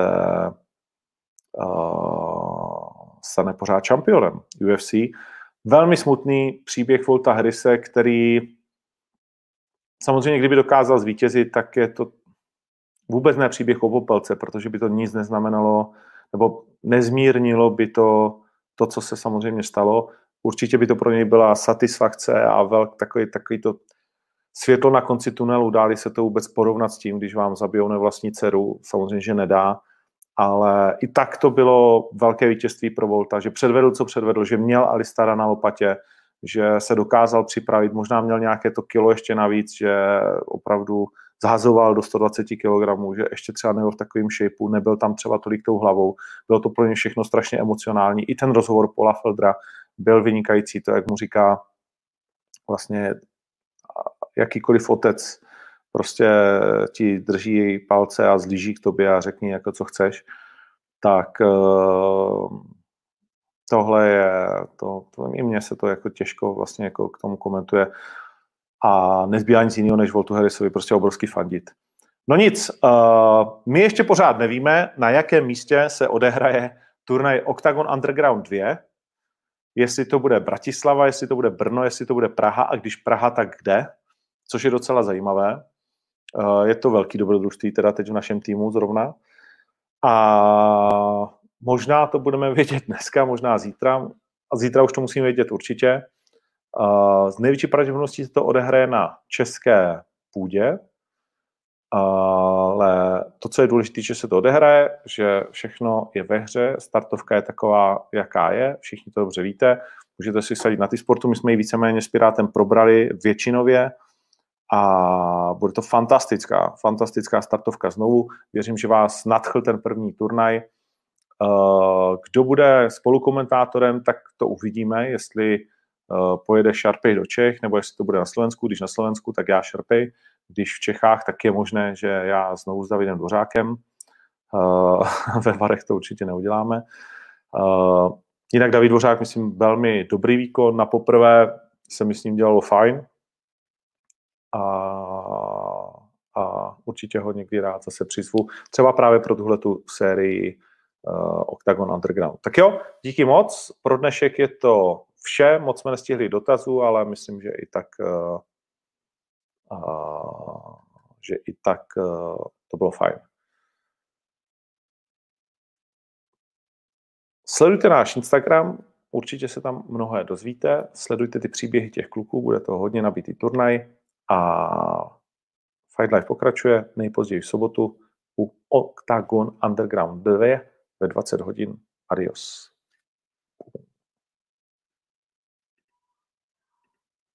stane pořád šampionem UFC. Velmi smutný příběh Volta Harrise, který samozřejmě, kdyby dokázal zvítězit, tak je to vůbec ne příběh o popelce, protože by to nic neznamenalo, nebo nezmírnilo by to, co se samozřejmě stalo. Určitě by to pro něj byla satisfakce a takový to světlo na konci tunelu. Dá-li se to vůbec porovnat s tím, když vám zabijou nevlastní dceru? Samozřejmě, že nedá. Ale i tak to bylo velké vítězství pro Volta, že předvedl, co předvedl, že měl Alistara na lopatě, že se dokázal připravit, možná měl nějaké to kilo ještě navíc, že opravdu zahazoval do 120 kg, že ještě třeba nebyl v takovém shapeu, nebyl tam třeba tolik tou hlavou. Bylo to pro ně všechno strašně emocionální. I ten rozhovor Paula Feldera byl vynikající, to, jak mu říká vlastně jakýkoliv otec, prostě ti drží palce a zlíží k tobě a řekni, jako co chceš, tak tohle je, i mně se to jako těžko vlastně jako k tomu komentuje a nezbývá nic jiného, než Voltu Harrisovi prostě obrovský fandit. No nic, my ještě pořád nevíme, na jakém místě se odehraje turnaj Octagon Underground 2, jestli to bude Bratislava, jestli to bude Brno, jestli to bude Praha a když Praha, tak kde, což je docela zajímavé. Je to velký dobrodružství teda teď v našem týmu zrovna. A možná to budeme vědět dneska, možná zítra. A zítra už to musíme vědět určitě. Z největší pravděpodobností se to odehraje na české půdě. Ale to, co je důležité, že se to odehraje, že všechno je ve hře, startovka je taková, jaká je, všichni to dobře víte. Můžete si sadit na ty sportu, my jsme ji víceméně s Pirátem probrali většinově. A bude to fantastická startovka znovu. Věřím, že vás nadchl ten první turnaj. Kdo bude spolukomentátorem, tak to uvidíme, jestli pojede Šarpej do Čech, nebo jestli to bude na Slovensku. Když na Slovensku, tak já Šarpej. Když v Čechách, tak je možné, že já znovu s Davidem Dvořákem. Ve Varech to určitě neuděláme. Jinak David Dvořák, myslím, velmi dobrý výkon. Na poprvé se mi s ním dělalo fajn. A určitě ho někdy rád zase přizvu. Třeba právě pro tuhletu sérii Octagon Underground. Tak jo, díky moc. Pro dnešek je to vše. Moc jsme nestihli dotazů, ale myslím, že i tak to bylo fajn. Sledujte náš Instagram, určitě se tam mnohé dozvíte. Sledujte ty příběhy těch kluků, bude to hodně nabitý turnaj. A Fight Life pokračuje nejpozději v sobotu u Octagon Underground 2 ve 20 hodin. Adios.